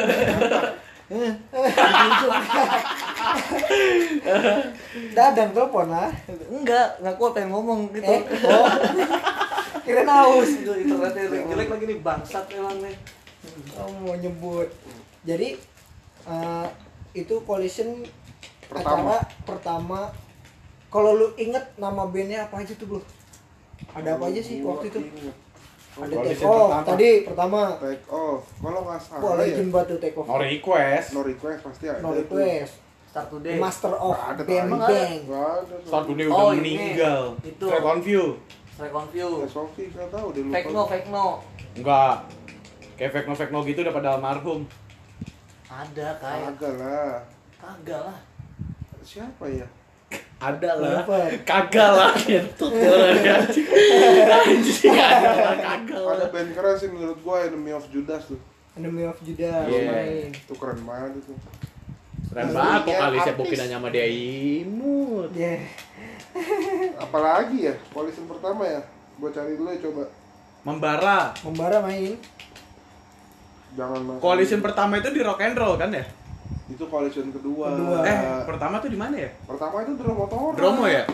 Dadang telepon lah. Enggak, enggak kuat pengen ngomong gitu. Eh, oh. Kira naus. Itu internetnya jelek lagi nih, bangsat emang nih. Oh, mau nyebut. Jadi eh, itu Coalition Pertama. acara pertama. Kalau lu inget nama bandnya apa aja tuh bro? Ada apa aja sih Gua waktu itu? inget. Ada Coalition take off pertama. tadi pertama. Take Off. Kalau nggak Wah salah ya. legend banget tuh take off. No request. No Request pasti ada. No tuh. request. Start today. Master of Nggak ada, Bang Emang ada? Bang. Nggak ada. Start dunia Oh, udah ini. meninggal. Itu. Track on view. Strike on view. Ya, Sofi nggak tahu dia lupa. Fake no, fake no. Enggak. Kayak fake no fake no gitu udah pada almarhum. Ada kayak. Kagak lah. Kagak lah. Siapa ya? Ada Kenapa? Kagak lah gitu. Anjing ada lah kagak Ada lah. band keren sih menurut gua, Enemy of Judas tuh. Enemy of Judas Iya. main. Itu keren banget itu. Keren banget Iya, vokalisnya artis. Bokin sama dia imut. Yeah. Apalagi ya? Coalition pertama ya? Gua cari dulu ya coba. Membara. Membara main. Jangan masuk. Coalition pertama itu di rock and roll kan ya? Itu Coalition kedua. Kedua. Eh, pertama tuh di mana ya? Pertama itu Dromo Motor. Bromo ya?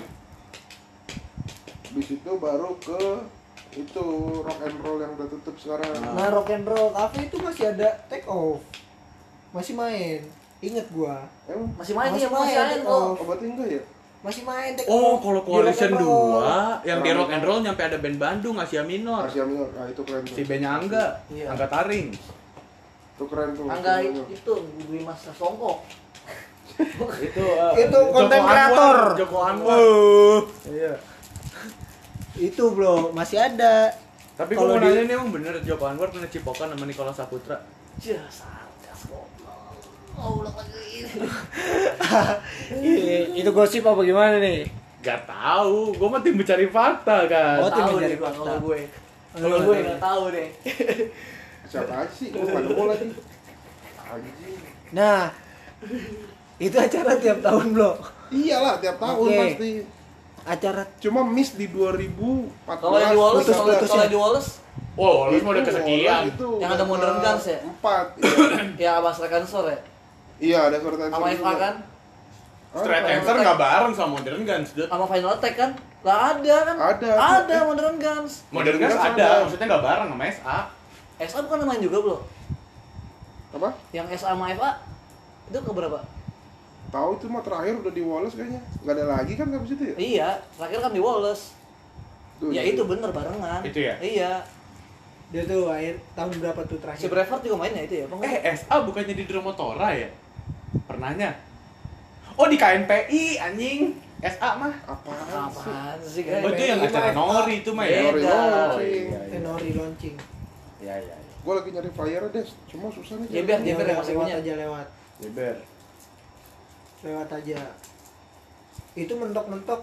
Habis itu baru ke itu rock and roll yang udah tutup sekarang. Nah rock and roll cafe itu masih ada take off. Masih main. Ingat gua. Emang? Masih main Masih ya, masih main, main take kok. off. Oh, berarti enggak ya? Masih main take Oh, off. kalau Di Coalition rock and roll. dua yang di rock and roll nyampe ada band Bandung, Asia Minor. Asia Minor. Nah, itu keren tuh. Si bandnya Angga, Iya. Angga Taring. Itu keren tuh. Angga Asia Minor. itu Dwi Mas Songkok. Itu uh, Itu konten Joko kreator. Anwar, Joko Anwar. Oh. Iya. Itu bro, masih ada. Tapi Kalau kalau di- nanya nih emang bener Joko Anwar pernah cipokan sama Nicholas Saputra. Ya, satgas goblok. Oh, ulang lagi. Itu gosip apa gimana nih? Gak tahu, gue mah tim mencari fakta kan. Oh, tim Tahu mencari nih, Bang, fakta. kalau gue. Kalau gue nggak tahu deh. Siapa aja sih? Gue nggak nemu lagi. Anjing. Nah, itu acara tiap tahun bro. Iyalah tiap tahun Oke. pasti. Acara Cuma miss di dua ribu empat belas. Kalau yang di Wallace, putus- kalau putus kalau ya? di Wallace, Oh, lu Itu mau udah kesekian. Wallace itu Yang udah ada Modern ke Guns ya? Empat. Iya, ya Abas Rekansor ya, iya ada surat sama F A kan, Straight Answer nggak bareng sama Modern Guns, Dut. sama Final Attack kan, lah ada kan? Ada. Ada Modern Guns. Modern Guns Guns ada, ada. maksudnya nggak bareng sama S A. S A bukan main juga bro? Apa? Yang S A sama F A itu ke berapa? Tahu itu mah terakhir udah di Wallace kayaknya. Nggak ada lagi kan habis itu ya? Iya, terakhir kan di Wallace. Tuh, Ya itu bener barengan. Itu ya? Iya. dia tuh akhir tahun berapa tuh Si terakhir? Braveheart juga main ya itu ya? Apa enggak? Eh, S A bukannya di Dromotora ya? Pernahnya? Oh, di K N P I, anjing. S A mah. Apaan sih? Apaan sih Eh, Oh, guys? itu yang P I acara mah Nori itu mah ya? Beda. Nori Oh, launching. iya, iya. Tenori launching. Iya, iya, iya. Gue lagi nyari flyer deh, cuma susah nih. Ya, biar Ya Jeber udah, yang masih lewat punya. aja lewat. Jeber. Lewat aja. Itu mentok-mentok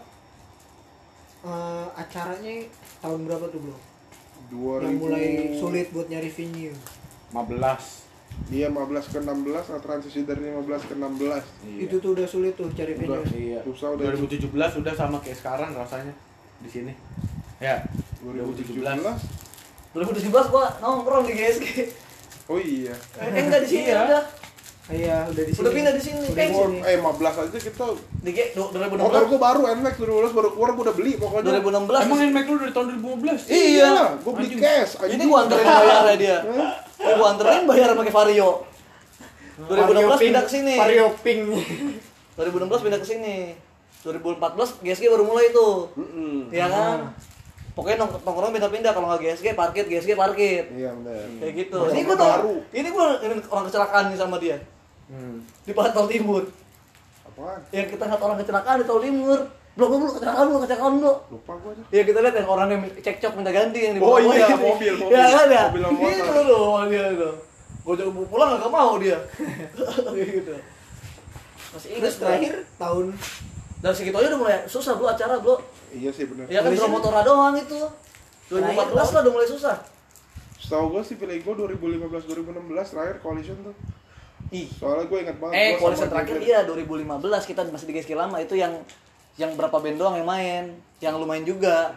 eh, acaranya tahun berapa tuh bro? dua ribu. Yang mulai sulit buat nyari venue. lima belas. Dia lima belas ke enam belas, nah transisi dari lima belas ke enam belas. Iya. Itu tuh udah sulit tuh cari venue. Udah. Iya. Susah udah. dua ribu tujuh belas udah sama kayak sekarang rasanya di sini. Ya, dua ribu tujuh belas. dua ribu tujuh belas gua nongkrong di G S G. Oh iya. Eh enggak di sini Iya. udah. Iya, udah di sini. Udah pindah di sini. Udah Eh, di Oh, sini. eh lima belas aja kita. Di G dua ribu enam Motor belas. gue baru N M A X dua ribu lima belas baru keluar, gue udah beli pokoknya. dua ribu enam belas. Emang Nmax lu dari tahun dua ribu lima belas? Iya, gue beli Anjing. cash. Ini gua anterin bayarnya dia. Ini gua anterin bayar pakai Vario. dua ribu enam belas pindah ke sini. Vario Pink. dua ribu enam belas pindah ke sini. dua ribu empat belas G S G baru mulai tuh. Mm-mm. Iya kan? Pokoknya nong nongkrong pindah-pindah, kalau nggak G S G parkir, G S G parkir. Iya benar. Kayak gitu. Motor Ini gua baru. tuh, ini gua ini orang kecelakaan nih sama dia. Hmm. Di Pantai Timur. Apaan? Yang kita lihat orang kecelakaan di Tol Timur. Belum belum kecelakaan belum kecelakaan belum. Lupa gue aja. Ya kita lihat yang orang yang cekcok minta ganti yang di Oh bawah iya, mobil. mobil, mobil. Ya kan ya. Mobil sama motor. Itu loh dia itu. Gua coba pulang enggak mau dia. Kayak gitu. Masih ingat Terus terakhir tahun dari segitu aja udah mulai susah bro acara bro. Iya sih benar. Ya kan Coalition? drum motora doang itu. dua ribu empat belas lah udah mulai susah. Setahu gue sih pilih gue dua ribu lima belas dua ribu enam belas terakhir Coalition tuh. Ih. Soalnya gue ingat banget. Eh, gua Coalition sama terakhir Jeber. iya dua ribu lima belas kita masih di G S G lama itu yang yang berapa band doang yang main, yang lu main juga.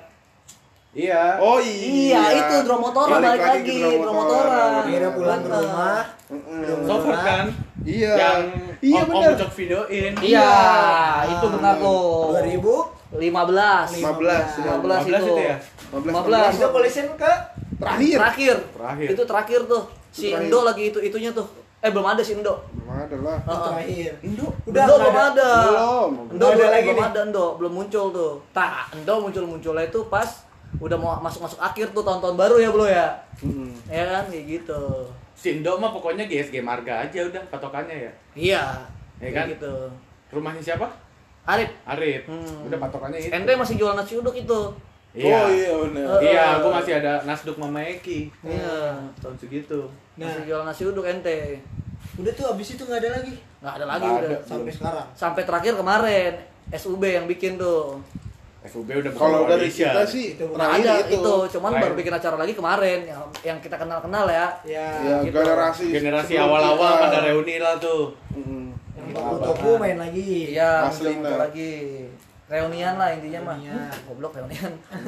Iya. Oh iya. Iya, itu drum motora Balik balik lagi lagi, ke drum drum motora. motora. akhirnya pulang ke Bener. rumah. Mm-mm. Sofer kan? Iya. Yang Iya Om, Om benar. Ucok videoin. Iya, itu benar tuh. dua ribu lima belas. lima belas. lima belas lima belas itu. itu ya? lima belas. lima belas. Itu Coalition ke Terakhir. Terakhir. Terakhir. Itu terakhir tuh. Si Itu terakhir. Indo lagi itu itunya tuh. Eh belum ada si Indo. Belum ada lah. Heeh. terakhir. Indo. Udah Indo nggak belum ada. Belum. Indo Nggak ada belum, lagi belum nih. ada Indo, belum muncul tuh. Tak, Indo muncul-munculnya itu pas udah mau masuk-masuk akhir tuh tahun-tahun baru ya bro ya. Mm-mm. Ya kan kayak gitu. Si Indo mah pokoknya G S G Marga aja udah patokannya ya. Iya. Ya Kayak kan? gitu. Rumahnya siapa? Arif, Arif. Hmm. Udah patokannya itu. ente masih jual nasi uduk itu. Iya. Oh iya benar. Eh, Iya, eh. gua masih ada Nasduk Mama Eki. Iya. Tahun segitu. Nah, Masih jual nasi uduk ente. udah tuh abis itu nggak ada lagi Nggak ada lagi Nggak udah. ada. sampai sekarang. Sampai terakhir kemarin S U B yang bikin tuh. S U B udah bukan Kalau dari Coalition. kita sih Itu Nggak terakhir ada itu. itu, cuman Terakhir. baru bikin acara lagi kemarin yang yang kita kenal-kenal ya. Ya, Ya, gitu. generasi generasi sebelum awal-awal kita. pada reuni lah tuh. Mm-mm. yang Toku main lagi. Iya, Asli, muncul nah. lagi. Reunian lah intinya mah. Reunian. Hmm, Goblok reunian.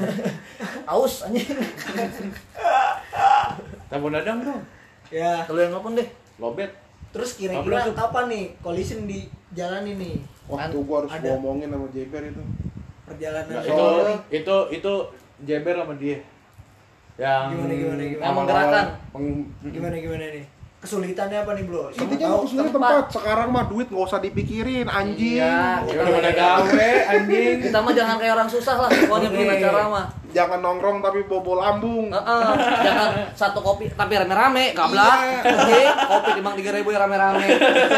Aus anjing. Telepon dadang dong. Ya. Kalau yang nelpon deh. Lobet. Terus Ngobrol kira-kira tuh. kapan nih Coalition di jalan ini Wah, tuh gua harus Ada. ngomongin sama Jeber itu. perjalanan? Nggak, Soalnya- itu itu itu Jeber sama dia. Yang Gimana, gimana, gimana? Yang menggerakkan. Peng- Gimana gimana nih? Kesulitannya apa nih bro? Siapa Intinya tahu? mau kesulitan tempat. tempat. Sekarang mah duit nggak usah dipikirin, anjing. Iya, Ya udah pada gawe anjing. Kita mah jangan kayak orang susah lah pokoknya bikin Oke. acara mah. Jangan nongkrong tapi bobo lambung. Heeh, jangan satu kopi tapi rame-rame, gablak. Iya. Kopi timbang tiga ribu ya rame-rame.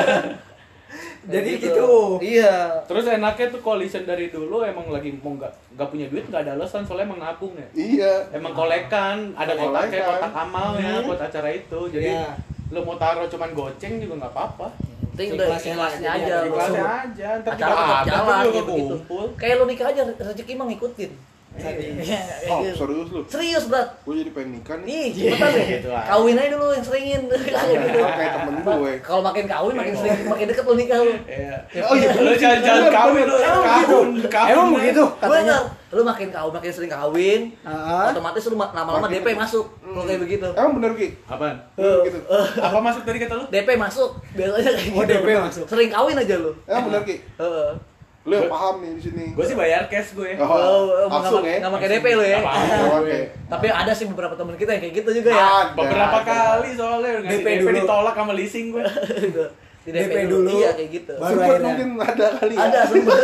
Jadi Kayak gitu. Iya. Terus enaknya tuh Coalition dari dulu emang lagi mau nggak nggak punya duit nggak ada alasan soalnya emang nabung ya. Iya. Emang kolekan, ada kotak kayak Kolekan. kotak amal ya Hmm. buat acara itu. Jadi Iya. lu mau taruh cuman goceng juga nggak apa-apa. Penting udah Ikhlasnya ikhlasnya lah, aja. jadi lu. Kelasnya aja, ntar Acara juga tetap ada jalan tuh juga kayak begitu. kumpul. Kayak lu nikah aja rezeki mah ngikutin. Iya, kayak Oh, gitu. serius lu? Serius, Brat. Gue jadi pengen nikah nih. Ih, cepetan deh. Gitu aja. Kawin aja dulu yang seringin. Kalau kayak temen gue. Kalau makin kawin makin sering makin deket lu nikah lu. Iya. Oh iya, Lu jangan-jangan kawin lu. Kawin, kawin. Emang begitu katanya? Bener. Lu makin kawin makin sering kawin, Ah. otomatis lu ma- lama-lama D P masuk. Kalau kayak begitu. Emang bener Ki? Apaan? Bener gitu. Apa masuk tadi kata lu? D P masuk. Biasanya kayak Oh, gitu. D P masuk. Sering kawin aja lu. Emang bener Ki? Heeh. Lu yang paham nih di sini. Gue sih bayar cash gue. Oh, Oh, langsung nggak ya? nggak pakai D P lu ya. Nggak apa-apa. Oh, oke. Tapi ada sih beberapa teman kita yang kayak gitu juga ya. Ada, Beberapa ada. kali soalnya ngasih D P D P dulu. ditolak sama leasing gue. Gitu. Di D P dulu. Iya kayak gitu. Baru Sempet akhirnya. mungkin ada kali ya. Ada sempet.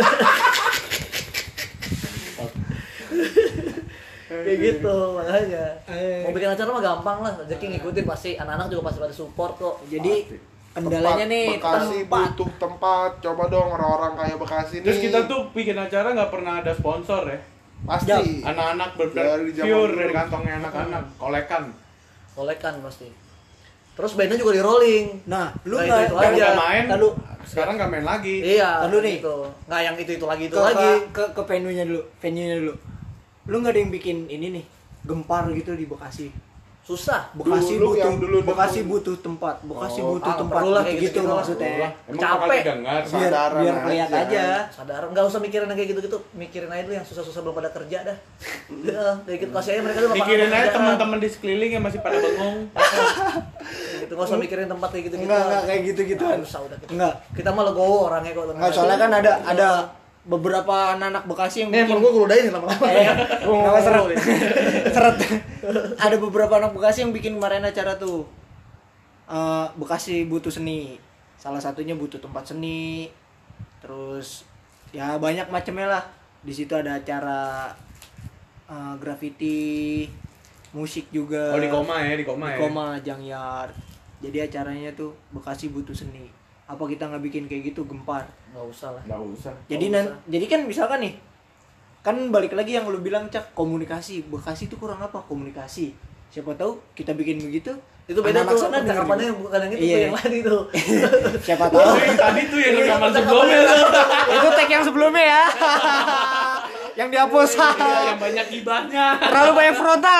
Kayak gitu makanya. Eh. Mau bikin acara mah gampang lah. Rezeki ngikutin pasti anak-anak juga pasti pada support kok. Jadi kendalanya Tempat nih Bekasi tempat. butuh tempat. Coba dong orang-orang kayak Bekasi nih. Terus kita tuh bikin acara nggak pernah ada sponsor ya. pasti. Anak-anak benar Dari zaman pure dulu. dari kantongnya anak-anak, kolekan. Kolekan pasti. Terus bandnya juga di rolling. Nah, lu Nah, nggak itu-itu Yang aja. udah main, Lalu sekarang nggak main lagi. Iya. Lalu nih. Gitu. Nggak yang itu itu lagi itu ke, lagi. ke, ke, ke venue-nya dulu, venue-nya dulu. Lu nggak ada yang bikin ini nih, gempar gitu di Bekasi. Susah. Bekasi Dulu butuh yang dulu Bekasi dulu. butuh tempat, Bekasi Oh, butuh ah, tempat perlu lah gitu, kayak gitu-gitu lah. maksudnya. Emang Capek. bakal didengar. Biar Sadaran biar kelihatan aja. aja. Sadar nggak usah mikirin yang kayak gitu-gitu, mikirin aja dulu yang susah-susah belum pada kerja dah. Udah, kayak gitu kasih aja mereka dulu lapangan Mikirin aja pekerjaan. teman-teman di sekeliling yang masih pada bengong. Kayak gitu nggak usah mikirin tempat kayak gitu-gitu. Enggak, enggak kayak gitu-gitu. Nggak usah udah. Kita, Enggak. kita mah legowo orangnya kok. Enggak, soalnya kan ada ada beberapa anak-anak Bekasi yang Nih, emang gue udahin nih lama-lama. Eh, nama seret. nih. Seret. Ada beberapa anak Bekasi yang bikin kemarin acara tuh. Eh, Bekasi butuh seni. Salah satunya butuh tempat seni. Terus ya banyak macamnya lah. Di situ ada acara eh, graffiti, musik juga. Oh di koma ya, di koma Di ya. Koma, Jangyar. Jadi acaranya tuh Bekasi butuh seni. Apa kita nggak bikin kayak gitu, gempar? Nggak usah lah. Nggak usah. Jadi Nggak nan, usah. jadi kan misalkan nih, kan balik lagi yang lu bilang Cak, komunikasi. Bekasi tuh kurang apa? Komunikasi. Siapa tahu kita bikin begitu. Itu beda anak-anak tuh, sana denger cakapannya juga. bukan yang itu, Iya. tuh yang lain itu. Siapa Oh, tahu. yang tadi tuh yang rekaman Iya, sebelumnya tuh. Itu tag yang sebelumnya ya. Yang dihapus. Iya, yang banyak gibahnya. Terlalu banyak frontal.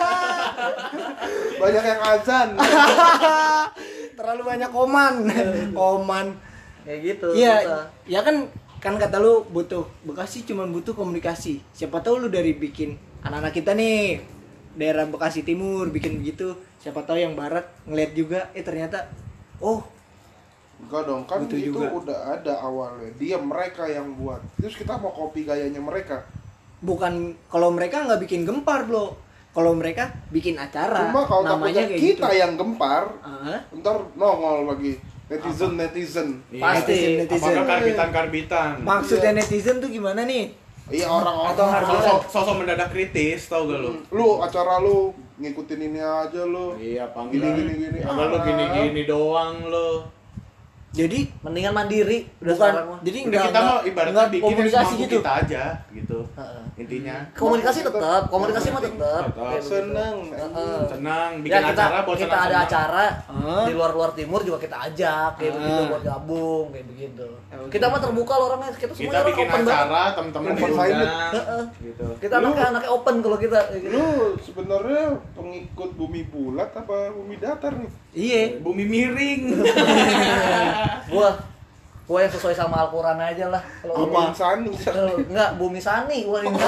Banyak yang azan. Terlalu banyak koman. Koman. Kayak gitu. Iya, susah. ya kan kan kata lu butuh Bekasi cuma butuh komunikasi. Siapa tahu lu dari bikin anak-anak kita nih daerah Bekasi Timur bikin begitu, siapa tahu yang barat ngeliat juga eh ternyata oh Enggak dong, kan Butuh itu juga. udah ada awalnya. Dia mereka yang buat. Terus kita mau copy gayanya mereka. bukan kalau mereka nggak bikin gempar bro, kalau mereka bikin acara Cuma kalau namanya takutnya kayak kita gitu. yang gempar, Ah, ntar nongol lagi netizen netizen. Pasti. netizen, netizen. Apakah karbitan-karbitan? Maksudnya Iya. netizen tuh gimana nih? Iya orang-orang. Atau harga- Sosok, sosok mendadak kritis, tau gak lu? Hmm, lu acara lu ngikutin ini aja lu. Iya, Gini, panggilan. gini, gini. Apa lu Ah. gini-gini doang lu? Jadi Mendingan mandiri udah bukan sekarang mah. jadi Udah nggak kita mau nggak- ibaratnya nggak bikin komunikasi komunikasi gitu. kita aja gitu. Heeh. Intinya Komunikasi tetap, komunikasi mah tetap. Tetap. Kayak begitu. Seneng. Heeh. senang bikin Ya kita acara buat kita ada senang-senang. acara Ah. di luar-luar timur juga kita ajak kayak Ah. begitu buat gabung kayak begitu. Oke. Kita mah terbuka loh orangnya, kita semua Kita orang bikin open banget. acara, teman-teman Open minded. diundang Heeh. gitu. Kita anaknya anaknya open kalau kita kayak gitu. Lu sebenarnya pengikut bumi bulat apa bumi datar nih? Iya. Bumi miring. Gua gua yang sesuai sama Al-Qur'an aja lah. Kalau Bumi insani. Eh, enggak, bumi sani, gua ini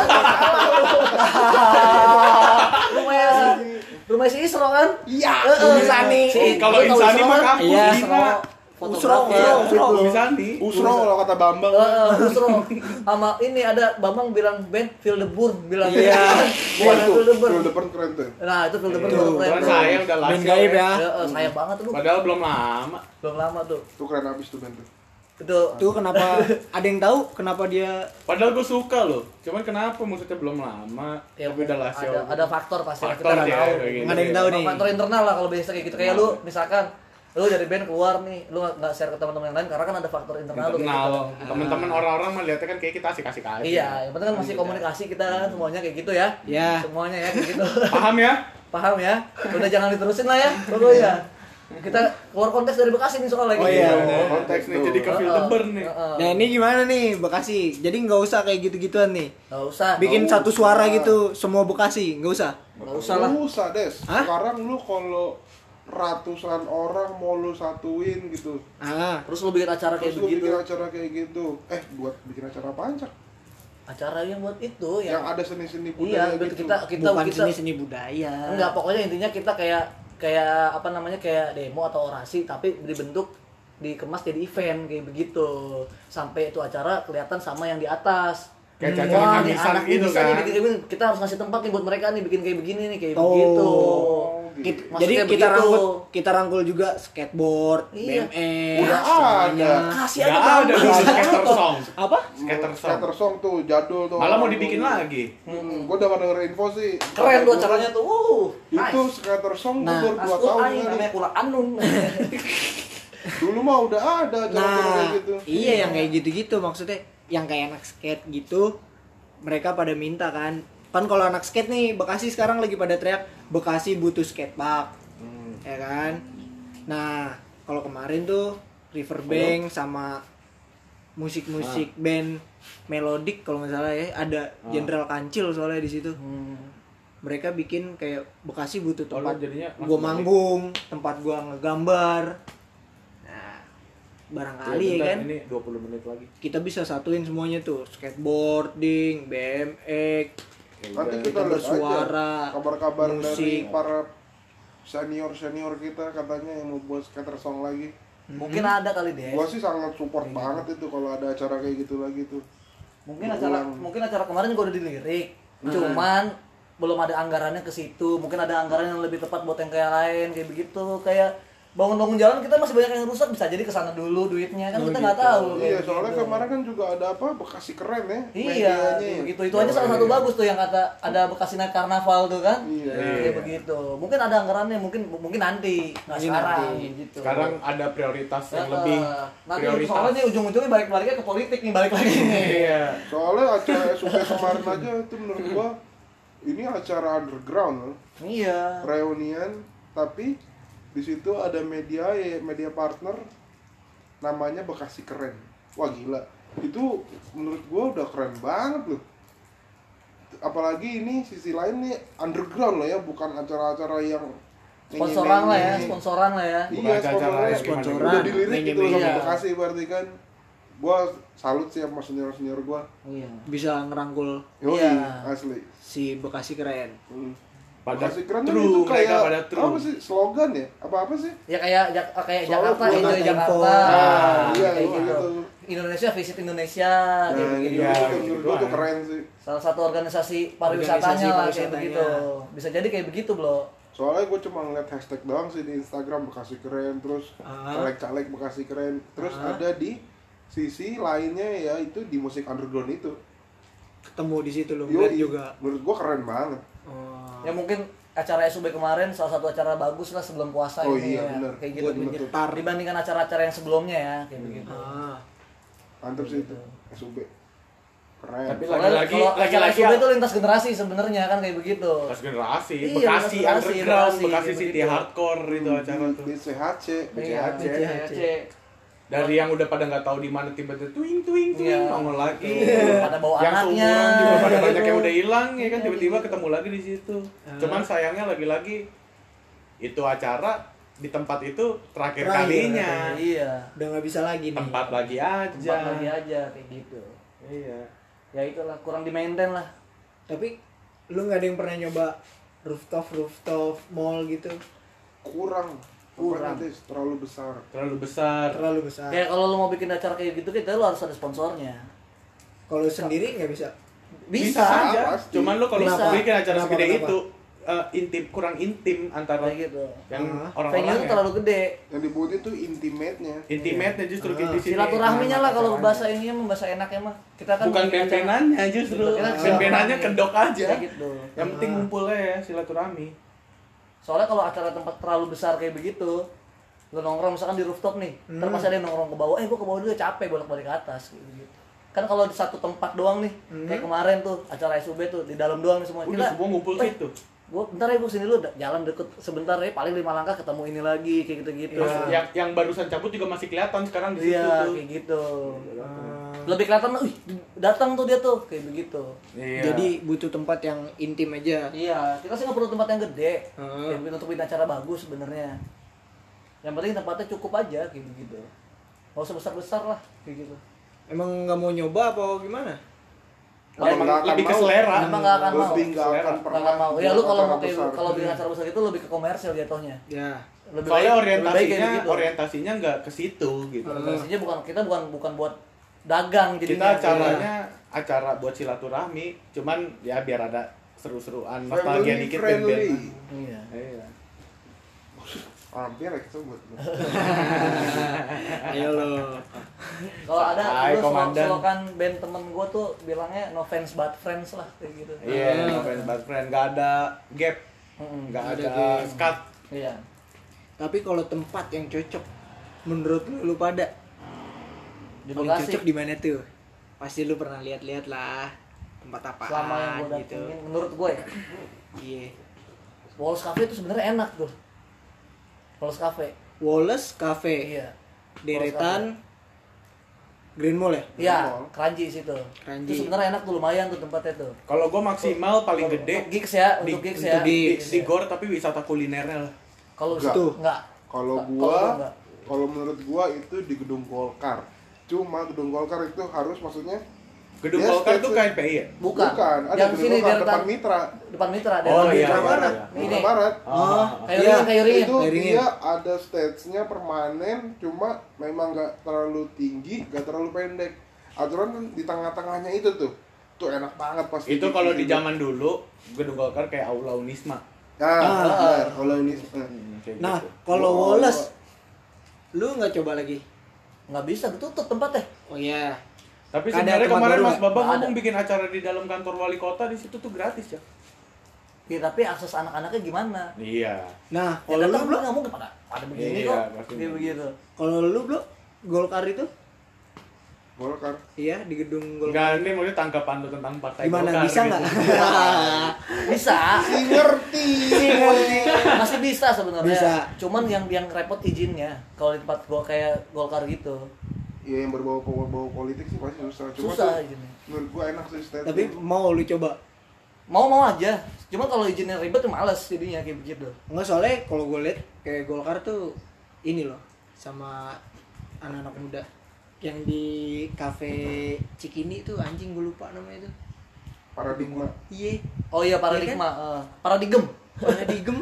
rumahnya si rumah si Isro kan? Iya. Eh, eh, Bumi Sani. si- Kalau lu tahu Insani Isro mah kan? kampus, Iya. Isro, Dina. fotografer. Usro, Usro, Bumi Sani. Usro kalau kata Bambang. Eh, eh, Usro sama ini ada Bambang bilang Ben feel the burn bilang Iya. bukan Wah, itu, feel the burn. Feel the Burn keren tuh. Nah itu feel the burn Itu. tuh keren Cuman tuh. sayang udah Band last gaib ya. Ya, eh, sayang banget tuh lu. Padahal belum lama. Belum lama tuh. Itu keren abis tuh band tuh. Itu Tuh kenapa ada yang tahu kenapa dia Padahal gue suka loh. Cuman kenapa maksudnya belum lama. ya, Tapi udah last ada, ada faktor pasti yang Faktor kita nggak ya, tahu. kayak gitu. nggak ada yang tahu nih. Faktor internal lah kalau biasa kayak gitu. Kayak lu misalkan lu dari band keluar nih, lu nggak nggak share ke teman-teman yang lain karena kan ada faktor internal lu. Internal. Gitu. Teman-teman orang-orang melihatnya kan kayak kita asik-asik aja. Iya, yang penting kan masih komunikasi kita kan semuanya kayak gitu ya. ya Semuanya ya kayak gitu. Paham ya? Paham ya? Udah jangan diterusin lah ya. Pokoknya. Kita keluar konteks dari Bekasi nih soalnya. Oh gitu. iya, Oh, konteks nih jadi ke Fildeber nih. Heeh. Nah ini gimana nih Bekasi? Jadi nggak usah kayak gitu-gituan nih. Nggak usah. Bikin Nggak satu usah. suara gitu semua Bekasi, nggak usah. Nggak usah lah. Nggak usah, Des. Hah? Sekarang lu kalau ratusan orang mau lu satuin gitu. Ah, Terus lu bikin acara kayak Terus lu begitu. bikin acara kayak gitu. Eh, buat bikin acara apaan, Cak? Acara yang buat itu Yang yang ada seni-seni iya, budaya berarti gitu. kita kita bukan kita seni seni budaya. enggak, pokoknya intinya kita kayak kayak apa namanya kayak demo atau orasi tapi dibentuk dikemas jadi event kayak begitu sampai itu acara kelihatan sama yang di atas. Kayak Hmm, cacaran wah, nih kamisan anak gitu bisa kan. nih bikin kayak begini. Kita harus ngasih tempat nih buat mereka nih bikin kayak begini nih kayak Oh. begitu. Kit- Maksudnya jadi kita begitu. rangkul kita rangkul juga skateboard, Iya. B M X, Udah semuanya. ada. Kasih Nggak aja ada dulu bang. skater song. Apa? Skater song. Skater song tuh jadul tuh. Malah mau Orang dibikin tuh. lagi. Hmm, gua udah denger info sih. Keren tuh acaranya tuh. Uh, Itu nice. skater song Nah, tuh baru dua Asku tahun aing kali. namanya kula anun. Dulu mah udah ada acara-acara Nah, kayak gitu. iya yang kayak gitu-gitu maksudnya yang kayak anak skate gitu mereka pada minta kan. Kan kalau anak skate nih Bekasi sekarang lagi pada teriak Bekasi butuh skatepark. Hmm. Ya kan? Nah, kalau kemarin tuh Riverbank sama musik-musik band melodik kalau nggak salah ya, ada Jenderal Kancil soalnya di situ. Hmm. Mereka bikin kayak Bekasi butuh Oh, tempat lu jadinya gua langsung manggung, tempat gua ngegambar. Nah, barangkali ya, bentar, kan Ini dua puluh menit lagi. kita bisa satuin semuanya tuh, skateboarding, B M X, Ya Nanti udah. kita kita lihat bersuara, aja kabar-kabar dari musik. para senior-senior kita katanya yang mau buat skater song lagi. Mungkin ada kali deh. Gua sih sangat support banget itu kalau ada acara kayak gitu lagi tuh. Mungkin acara Diulang. mungkin acara kemarin juga udah dilirik. Cuman belum ada anggarannya ke situ. Mungkin ada anggaran yang lebih tepat buat yang kayak lain kayak begitu. Kayak bangun-bangun jalan kita masih banyak yang rusak, bisa jadi kesana dulu duitnya kan Oh, kita nggak gitu. tahu. Iya, kayak soalnya begitu. kemarin kan juga ada apa Bekasi keren ya. Iya, medianya kayak ya. begitu. Itu aja salah satu bagus tuh yang kata ada Bekasi Night Carnaval tuh kan. Iya. Kayak begitu. Mungkin ada anggarannya, mungkin mungkin nanti, nggak Mungkin sekarang nanti. gitu. Sekarang ada prioritas yang Heeh. lebih nanti prioritas. soalnya nih ujung-ujungnya balik-baliknya ke politik nih, balik lagi nih. Iya. Soalnya acara S U P kemarin aja itu menurut gua ini acara underground loh. Iya. Reunian tapi di situ ada media media partner namanya Bekasi Keren. Wah gila. Itu menurut gua udah keren banget loh. Apalagi ini sisi lain nih underground loh ya, bukan acara-acara yang Sponsoran lah ya, nyenyenyi. sponsoran lah ya. Iya, Bukan acara sponsoran. sponsoran. Udah dilirik gitu loh sama Iya. Bekasi berarti kan. Gua salut sih sama senior-senior gua. Iya. bisa ngerangkul Yoi, Iya. asli. si Bekasi keren. Hmm. Pada Bekasi Keren tuh true, itu mereka kayak pada true. apa sih slogan ya? Apa-apa sih? Ya kayak Jak- kayak Soalnya Jakarta, buat enjoy Jakarta Jakarta. Info. Ah, iya, kayak iya, gitu. gitu. Indonesia visit Indonesia kayak Nah, begitu. gitu, Iya, itu gitu menurut gua tuh doang. keren sih. Salah satu organisasi pariwisatanya Organisasi lah kayak pariwisatanya. begitu. Bisa jadi kayak begitu, Bro. Soalnya gue cuma ngeliat hashtag doang sih di Instagram Bekasi Keren, terus Ah. caleg-caleg Bekasi Keren, terus Ah. ada di sisi lainnya ya itu di musik underground itu. Ketemu di situ lo Yoi, ngeliat juga. menurut gue keren banget. Oh. Ya mungkin acara S U B kemarin salah satu acara bagus lah sebelum puasa Oh ini iya, ya. bener. Kayak gitu. Buat menyetar. Dibandingkan acara-acara yang sebelumnya ya, kayak begitu. Ah. Mantep sih itu S U B. Keren. Tapi Soalnya lagi-lagi kalau acara lagi-lagi S U B itu lintas generasi sebenarnya kan kayak begitu. Pas generasi, Iya, Bekasi lintas generasi, underground, Bekasi, Bekasi kayak City begitu. hardcore itu acara tuh. di C H C. Iya, B C H C. B C H C. Dari yang udah pada nggak tahu di mana tiba-tiba twing twing twing Iya. nongol lagi. Iya. Pada bawa yang anaknya. seumuran juga pada banyak yang udah hilang ya kan Iya, tiba-tiba gitu. ketemu lagi di situ. Cuman sayangnya lagi-lagi itu acara di tempat itu terakhir, Terakhir, kalinya. Iya. Udah nggak bisa lagi nih. Tempat lagi aja. Tempat lagi aja kayak gitu. Iya. Ya itulah kurang di maintain lah. Tapi lu nggak ada yang pernah nyoba rooftop rooftop mall gitu? Kurang. Kurang. Tempatnya, Des, terlalu besar. Terlalu besar. Terlalu besar. Kayak kalau lu mau bikin acara kayak gitu kita lu harus ada sponsornya. Kalau sendiri nggak bisa. Bisa, aja. pasti. Cuman lo kalau Bisa. bikin acara Kenapa, segede kenapa? itu eh, intim kurang intim antara Kayak gitu. yang Ah. orang-orang Venue ya. terlalu gede. Yang dibutuhin tuh intimate-nya. Intimate-nya justru Ah. kayak di sini. Silaturahminya lah kalau Acaranya. bahasa ininya mah bahasa enaknya mah. Kita kan Bukan bikin acara- ben-benannya justru. Kita Ben-benannya silaturahmi. kedok aja. Kayak gitu. Yang penting Ah. ngumpulnya ya silaturahmi. Soalnya kalau acara tempat terlalu besar kayak begitu, lu nongkrong misalkan di rooftop nih, ntar Hmm. pasti ada yang nongkrong ke bawah, eh gua ke bawah dulu capek bolak-balik ke atas kayak gitu. Kan kalau di satu tempat doang nih, Hmm. kayak kemarin tuh acara S U B tuh di dalam doang nih semua. Udah semua ngumpul eh, situ. Gua bentar ya gua kesini dulu, jalan deket sebentar ya, paling lima langkah ketemu ini lagi kayak gitu-gitu. Terus yang yang barusan cabut juga masih kelihatan sekarang di situ Iya, tuh. kayak gitu. Ah. Lebih kelihatan, wih, datang tuh dia tuh kayak begitu. Iya. Jadi butuh tempat yang intim aja. Iya, kita sih nggak perlu tempat yang gede, Heeh. kayak begitu untuk bikin acara bagus sebenarnya. Yang penting tempatnya cukup aja kayak begitu. Nggak usah besar-besar lah kayak gitu. Emang nggak mau nyoba apa gimana? Emang nggak akan lebih ke mau. selera. Emang nggak akan mau. Lebih nggak akan Nggak pernah akan mau. Ya lu kalau mau acara kayak besar. kalau bikin acara besar itu lebih ke komersil jatuhnya. Ya. Lebih Soalnya baik- lebih baik kayak orientasinya begitu. orientasinya nggak ke situ gitu. Orientasinya bukan kita bukan bukan buat dagang Kita jadinya. acaranya acara buat silaturahmi, cuman ya biar ada seru-seruan, nostalgia Family dikit friendly. band-bandan. Iya. Iya. Hampir ya kita buat. Ayo lo. Kalau ada Hai, lu selo- komandan. selokan band temen gua tuh bilangnya no fans but friends lah kayak gitu. Iya, no friends but friend, nggak ada gap, Mm-mm. nggak Nggak ada, ada gap. skat. Iya. Tapi kalau tempat yang cocok menurut lu, lu pada Di paling Bekasi. cocok di mana tuh? Pasti lu pernah lihat-lihat lah tempat apa Selama yang gua gitu. datengin menurut gua ya. Iya. Walls Cafe itu sebenarnya enak tuh. Walls Cafe. Wallace Cafe. Iya. Deretan Green Mall ya? Iya, Mall. Kranji situ. Kranji. Itu sebenarnya enak tuh, lumayan tuh tempatnya tuh. Kalau gue maksimal paling Untuk gede gigs ya, di, untuk gigs untuk ya. di, Gigs di ya. gor tapi wisata kulinernya lah. Kalau Enggak. situ enggak. Kalau Kalau gua, enggak. kalau menurut gua itu di gedung Golkar. Cuma gedung Golkar itu harus maksudnya Gedung Ya, Golkar tuh stage- K N P I ya? Bukan. bukan, ada Yang gedung sini Golkar deretan depan Mitra. depan Mitra ada. Oh, iya, Mitra iya, Barat, iya. Mitra Ini. Barat. Oh, Kayak iya. ringin, kayak ringin. Itu Ringin. dia ada stage-nya permanen, cuma memang nggak terlalu tinggi, nggak terlalu pendek. Aturan di tengah-tengahnya itu tuh, tuh enak banget pas. Itu kalau di zaman dulu Gedung Golkar kayak Aula Unisma. Nah, Ah. benar. Kalau ini, eh. Hmm, kayak Nah, gitu. kalau Wow. Wallace lu nggak coba lagi? Nggak bisa, tutup tempatnya. Oh iya. Tapi Ada sebenarnya tempat kemarin baru Mas nggak? Babang Nggak ngomong ada. bikin acara di dalam kantor wali kota di situ tuh gratis ya. Ya, tapi akses anak-anaknya gimana? Iya. Nah, Ya, kalau lu datang bro, nggak mungkin pada pada begini Iya, kok. pasti. Kayak begitu. kalau lu bro, Golkar itu? Golkar. Iya, di gedung Enggak, Golkar. ini maksudnya tanggapan lu tentang partai Gimana Golkar. bisa nggak? gitu. Bisa. Si ngerti. Masih bisa sebenarnya. Bisa. Cuman yang yang repot izinnya. Kalau di tempat gua kayak Golkar gitu. Ya yang berbau berbau politik sih pasti susah. Cuma Susah tuh, izinnya. menurut gua enak sih stage. Tapi mau lu coba? Mau mau aja. Cuman kalau izinnya ribet ya males jadinya kayak begitu. Enggak, soalnya kalau gue lihat kayak Golkar tuh ini loh, sama anak-anak muda yang di kafe Cikini tuh, anjing gue lupa namanya itu. paradigma. Iya. Oh iya paradigma, eh, paradigem. Paradigem.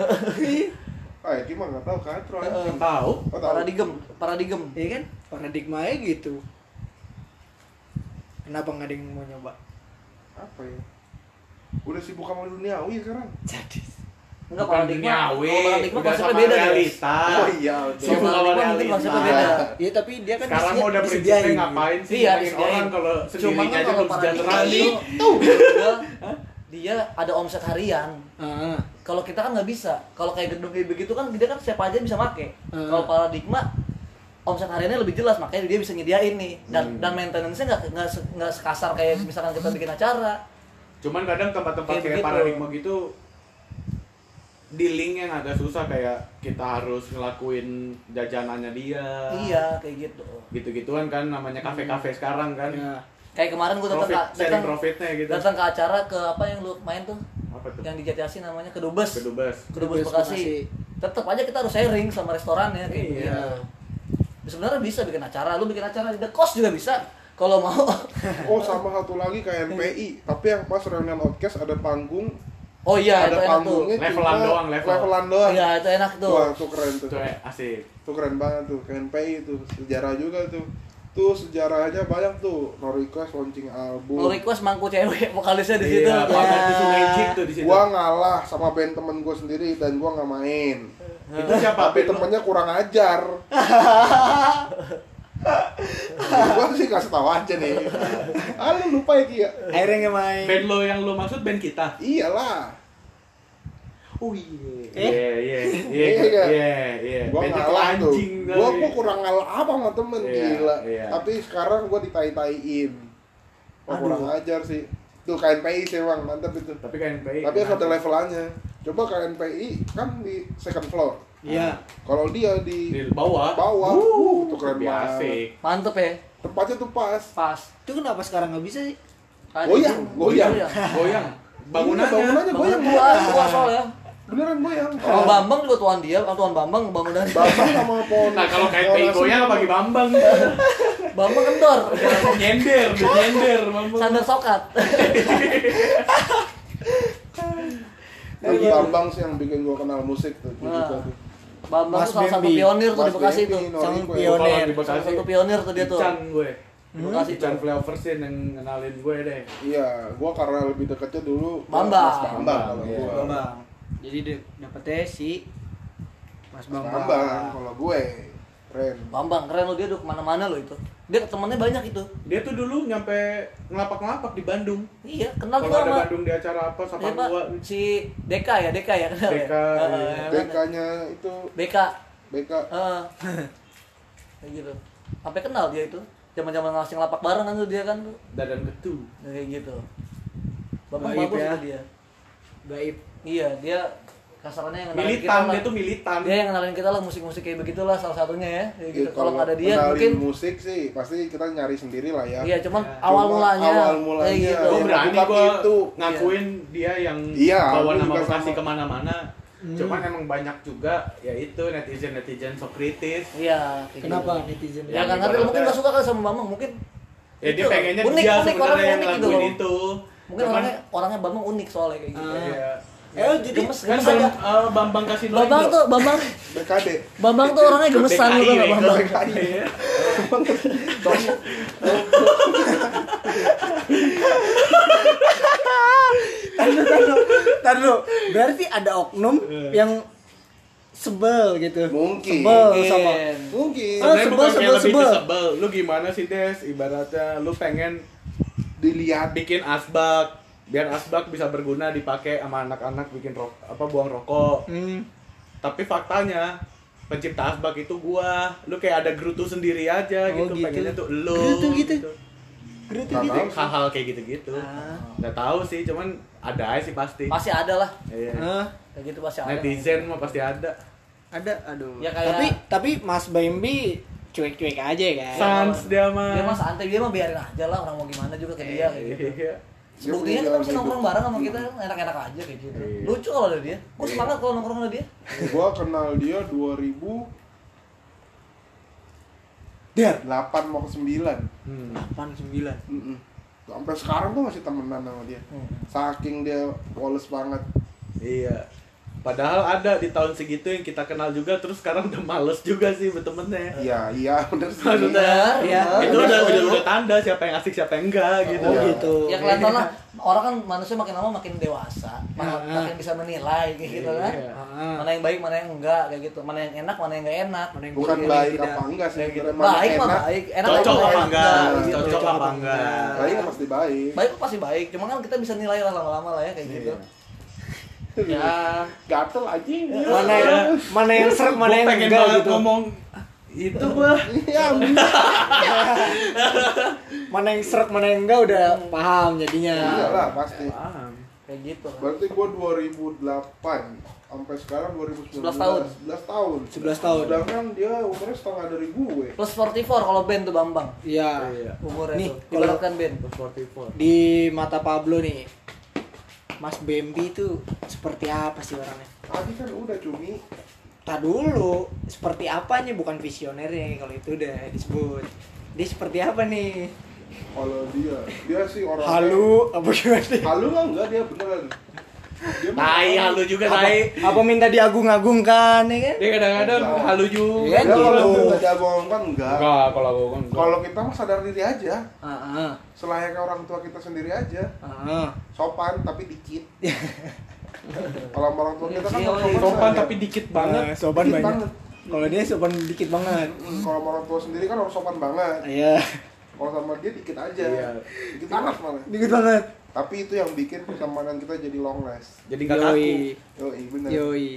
Ah, ya gimana nggak tahu katro. Eh, Yang tahu. Oh, tahu. Paradigem, paradigem. Iya kan? Paradigmanya gitu. Kenapa nggak ada yang mau nyoba? Apa ya? Udah sibuk sama duniawi sekarang. Jadi Enggak Bukan paradigma. duniawi, Kalau paradigma udah konsepnya sama beda guys. realita. Oh iya, Kalau Sibuk sama paradigma mungkin realita. konsepnya beda. Iya, tapi dia kan Sekarang disedi- mau udah disediain prinsipnya ngapain sih Iya, ngomongin disediain. orang kalau Cuman sendirinya kan aja kalau belum paradigma sejahtera itu nih. dia, dia ada omset harian. Ah, Kalau kita kan nggak bisa. Kalau kayak gedung kayak begitu kan dia kan siapa aja bisa make. Hmm. Kalau paradigma omset hariannya lebih jelas, makanya dia bisa nyediain nih. Dan Hmm. dan maintenance-nya nggak nggak se- nggak sekasar kayak misalkan kita bikin acara. Cuman kadang tempat-tempat Kayak kayak, begitu. paradigma gitu di link yang agak susah, kayak kita harus ngelakuin jajanannya dia. Iya, kayak gitu. Gitu-gituan kan namanya kafe-kafe sekarang kan. ya. Kayak kemarin gue datang Profit, ke sharing datang, profitnya gitu. datang ke acara ke apa yang lu main tuh? Apa tuh? Yang di Jati Asih namanya Kedubes. Kedubes. Kedubes Kedubes Bekasi. Bekasi. Tetap aja kita harus sharing sama restorannya kayak Iya. gitu. Sebenarnya bisa bikin acara, lu bikin acara di The Cost juga bisa kalau mau. Oh sama satu lagi K N P I, tapi yang pas reunion outcast ada panggung, Oh iya, itu ada enak tuh. panggungnya Levelan cuma doang, level. levelan doang. Iya, itu enak tuh. Wah, tuh keren tuh. Itu ya, asik. Tuh keren banget tuh K N P I tuh, sejarah juga tuh. Tuh sejarahnya banyak tuh, no request launching album. Mau request mangku cewek vokalisnya di situ. Iya, pamer tisu magic tuh di situ. Gua ngalah sama band temen gua sendiri dan gua nggak main. Itu siapa? Tapi Band lu? temennya kurang ajar. Gua sih kasih tahu aja nih. Ah lu lupa ya Ki ya? Akhirnya nggak main. Band lo yang lo maksud band kita? Iyalah. Oh iya. Eh? Iya, iya, iya, Iya. iya, iya. Gua Bandnya ngalah tuh. anjing Gua kali. gua kurang ngalah apa sama temen Iya, gila. iya. Tapi sekarang gua ditai-taiin. Wah, Aduh. kurang ajar sih. Tuh K N P I sih emang mantap itu. Tapi K N P I. Tapi harus ada levelannya. Coba K N P I kan di second floor. Iya. Kalau dia di, Di bawah. bawah, uh, itu keren Lebih banget. asik. Mantep ya. Tempatnya tuh pas. Pas. Itu kenapa sekarang nggak bisa sih? Goyang, goyang. Goyang. Bangunannya. Iya, bangunannya Bangunan goyang. tua, tua soalnya. Beneran goyang. Kalau Bambang juga tuan dia, tuan Bambang bangunan. Bambang sama pohon. Nah, kalau K N P I goyang bagi Bambang. Bambang kendor. Udah nyender, udah nyender Bambang. Sandar sokat. Tapi Bambang sih yang bikin gua kenal musik tuh. Dia Nah. juga tuh. Bambang Mas tuh salah satu Bambi. pionir tuh di Mas Bekasi Bambi, tuh. Nori Sang gue. pionir. Kalau di Salah Bekasi satu pionir tuh dia tuh. Ican gue. Bekasi Ican tuh. Flaversin yang kenalin gue deh. Iya, gua karena lebih deketnya dulu Bambang. Mas Bambang kalau Iya. gua. Bambang. Jadi de- dapetnya si Mas Mas Bambang. Bambang kalau gue. Keren. Bambang keren lo, dia udah kemana-mana lo itu. Dia temennya banyak itu. Dia tuh dulu nyampe ngelapak-ngelapak di Bandung. Iya, kenal Kalau juga ada sama. Bandung di acara apa sama Iya, Pak. gua. Si Deka ya, Deka ya kenal ya. Deka, Heeh, iya. kan? D K-nya itu B K. B K. Heeh. Kayak gitu. Sampai kenal dia itu. Zaman-zaman ngasih ngelapak bareng kan tuh dia kan tuh. Dadan Ketu. Kayak gitu. Bambang Gaib bagus ya. tuh dia. Gaib. Iya, dia kasarannya yang kenalin Militan, kita lah. dia tuh militan. Dia yang kenalin kita lah musik-musik kayak begitulah salah satunya ya. Kayak gitu. Ya, Kalau nggak ada dia kenalin mungkin musik sih pasti kita nyari sendiri lah ya. iya, cuman Ya. awal Cuma mulanya awal mulanya kayak gitu. Gue Yang berani bukan gue itu. ngakuin dia yang Iya, bawa aku nama juga Bekasi sama. kemana-mana. Hmm. Cuman emang banyak juga ya itu netizen-netizen sok kritis. Iya, kayak Kenapa gitu. netizen? Ya Yang kan ngerti ibaratnya- mungkin nggak suka kali sama Bambang mungkin. Ya dia Itu, pengennya unik, dia unik, sebenarnya orangnya yang unik gitu ngelakuin loh. itu. Mungkin Cuman, orangnya orangnya Bambang unik soalnya kayak gitu. Ah. iya. Eh, jadi Gemes, Kan gemes belum aja. eh, Bambang kasih Bambang tuh, Bambang, B K D. Bambang tuh orangnya gemesan B K I, gitu nggak Bambang? B K D. Taduh, taduh, taduh. Berarti ada oknum yang sebel gitu. Mungkin. Sebel sama. Mungkin Ah, Sebenarnya sebel, bukan kayak sebel, lebih sebel. ke sebel. Lu gimana sih Des? Ibaratnya lu pengen dilihat bikin asbak biar asbak bisa berguna dipakai sama anak-anak bikin rok apa buang rokok. Hmm. Tapi faktanya pencipta asbak itu gua. Lu kayak ada gerutu sendiri aja Oh, gitu. gitu. Pengennya tuh lu. Gerutu gitu? Gerutu Nggak gitu. tahu sih. Hal-hal kayak gitu-gitu. Ah. Nggak tahu sih, cuman ada aja sih pasti. Pasti ada lah, Iya. Ah, kayak gitu pasti ada. Netizen mah pasti ada. ada, aduh. Ya, kayak- Tapi tapi Mas Bambi cuek-cuek aja kan. Sans dia mah. Dia mah santai, dia mah biarin aja lah orang mau gimana juga ke dia kayak gitu. Iya. Buktinya Dia kita punya masih jalan nongkrong bareng sama kita enak-enak aja kayak gitu. Iya. Lucu kalau ada dia. Gue semangat kalau nongkrong sama dia. gua kenal dia dua ribu Der. delapan mau ke sembilan. Hmm. delapan sembilan. Mm-mm. Sampai sekarang tuh masih temenan sama dia. Hmm. Saking dia polos banget. Iya. Padahal ada di tahun segitu yang kita kenal juga, terus sekarang udah males juga sih bertemannya. Iya, iya bener sih. Maksudnya, Iya. itu udah, udah udah tanda siapa yang asik siapa yang enggak gitu. Oh Iya. gitu. Ya kelihatan lah, orang kan manusia makin lama makin dewasa, ma- Ah. makin bisa menilai kayak gitu kan. Iya. Ah. Mana yang baik, mana yang enggak kayak gitu. Mana yang enak, mana yang enggak enak. Mana yang Bukan Iya, baik tidak. apa enggak sih, Kayak gitu. sebenarnya mana Baik mah enak. baik, enak Cocok aja apa enak. enggak? Nah, gitu. Cocok Cocok apa apa enggak? Baik kan pasti baik. Baik pasti baik, cuma kan kita bisa nilai lah lama-lama lah ya kayak gitu. Ya, Gatel aja. Mana yang mana yang serem, mana gua yang pengen enggak banget gitu. ngomong itu gua. Iya, Mana yang serak, mana yang enggak udah paham jadinya. iyalah pasti. Paham. Kayak gitu lah. Berarti gua dua ribu delapan sampai sekarang dua ribu sembilan belas. sebelas tahun. sebelas tahun. sebelas tahun. Sedangkan dia umurnya setengah dari gue. Plus empat puluh empat kalau band tuh Bambang. Iya. Iya. Umurnya Nih, tuh. kalau- Ibaratkan band. Plus empat puluh empat. Di mata Pablo nih, Mas Bambi itu seperti apa sih orangnya? Tadi kan udah cumi. Tak dulu, seperti apanya bukan visionernya kalau itu udah disebut. Dia seperti apa nih? Kalau dia, dia sih orang Halu apa gimana? sih? Halu lah enggak dia beneran. Dia mah Tai halu. halu juga Apa, tai. apa minta diagung-agungkan ya kan? Dia kadang-kadang Enggak. halu juga. Iya, Dia kalau gitu. minta diagungkan enggak. Enggak, kalau gua kan enggak. Kalau kita mah sadar diri aja. Heeh. Selayaknya orang tua kita sendiri aja. Heeh. Sopan tapi dikit. Kalau sama orang tua kita kan Iya, harus iya. sopan saja. tapi dikit banget. Nah, sopan Dikit banyak. banget. Kalau dia sopan dikit banget. Hmm, kalau sama orang tua sendiri kan harus sopan banget. Iya. Kalau sama dia dikit aja. Iya. Dikit banget malah. Dikit banget. Tapi itu yang bikin pertemanan kita jadi long last. Jadi enggak kaku. Yoi. Yoi, bener. Yoi.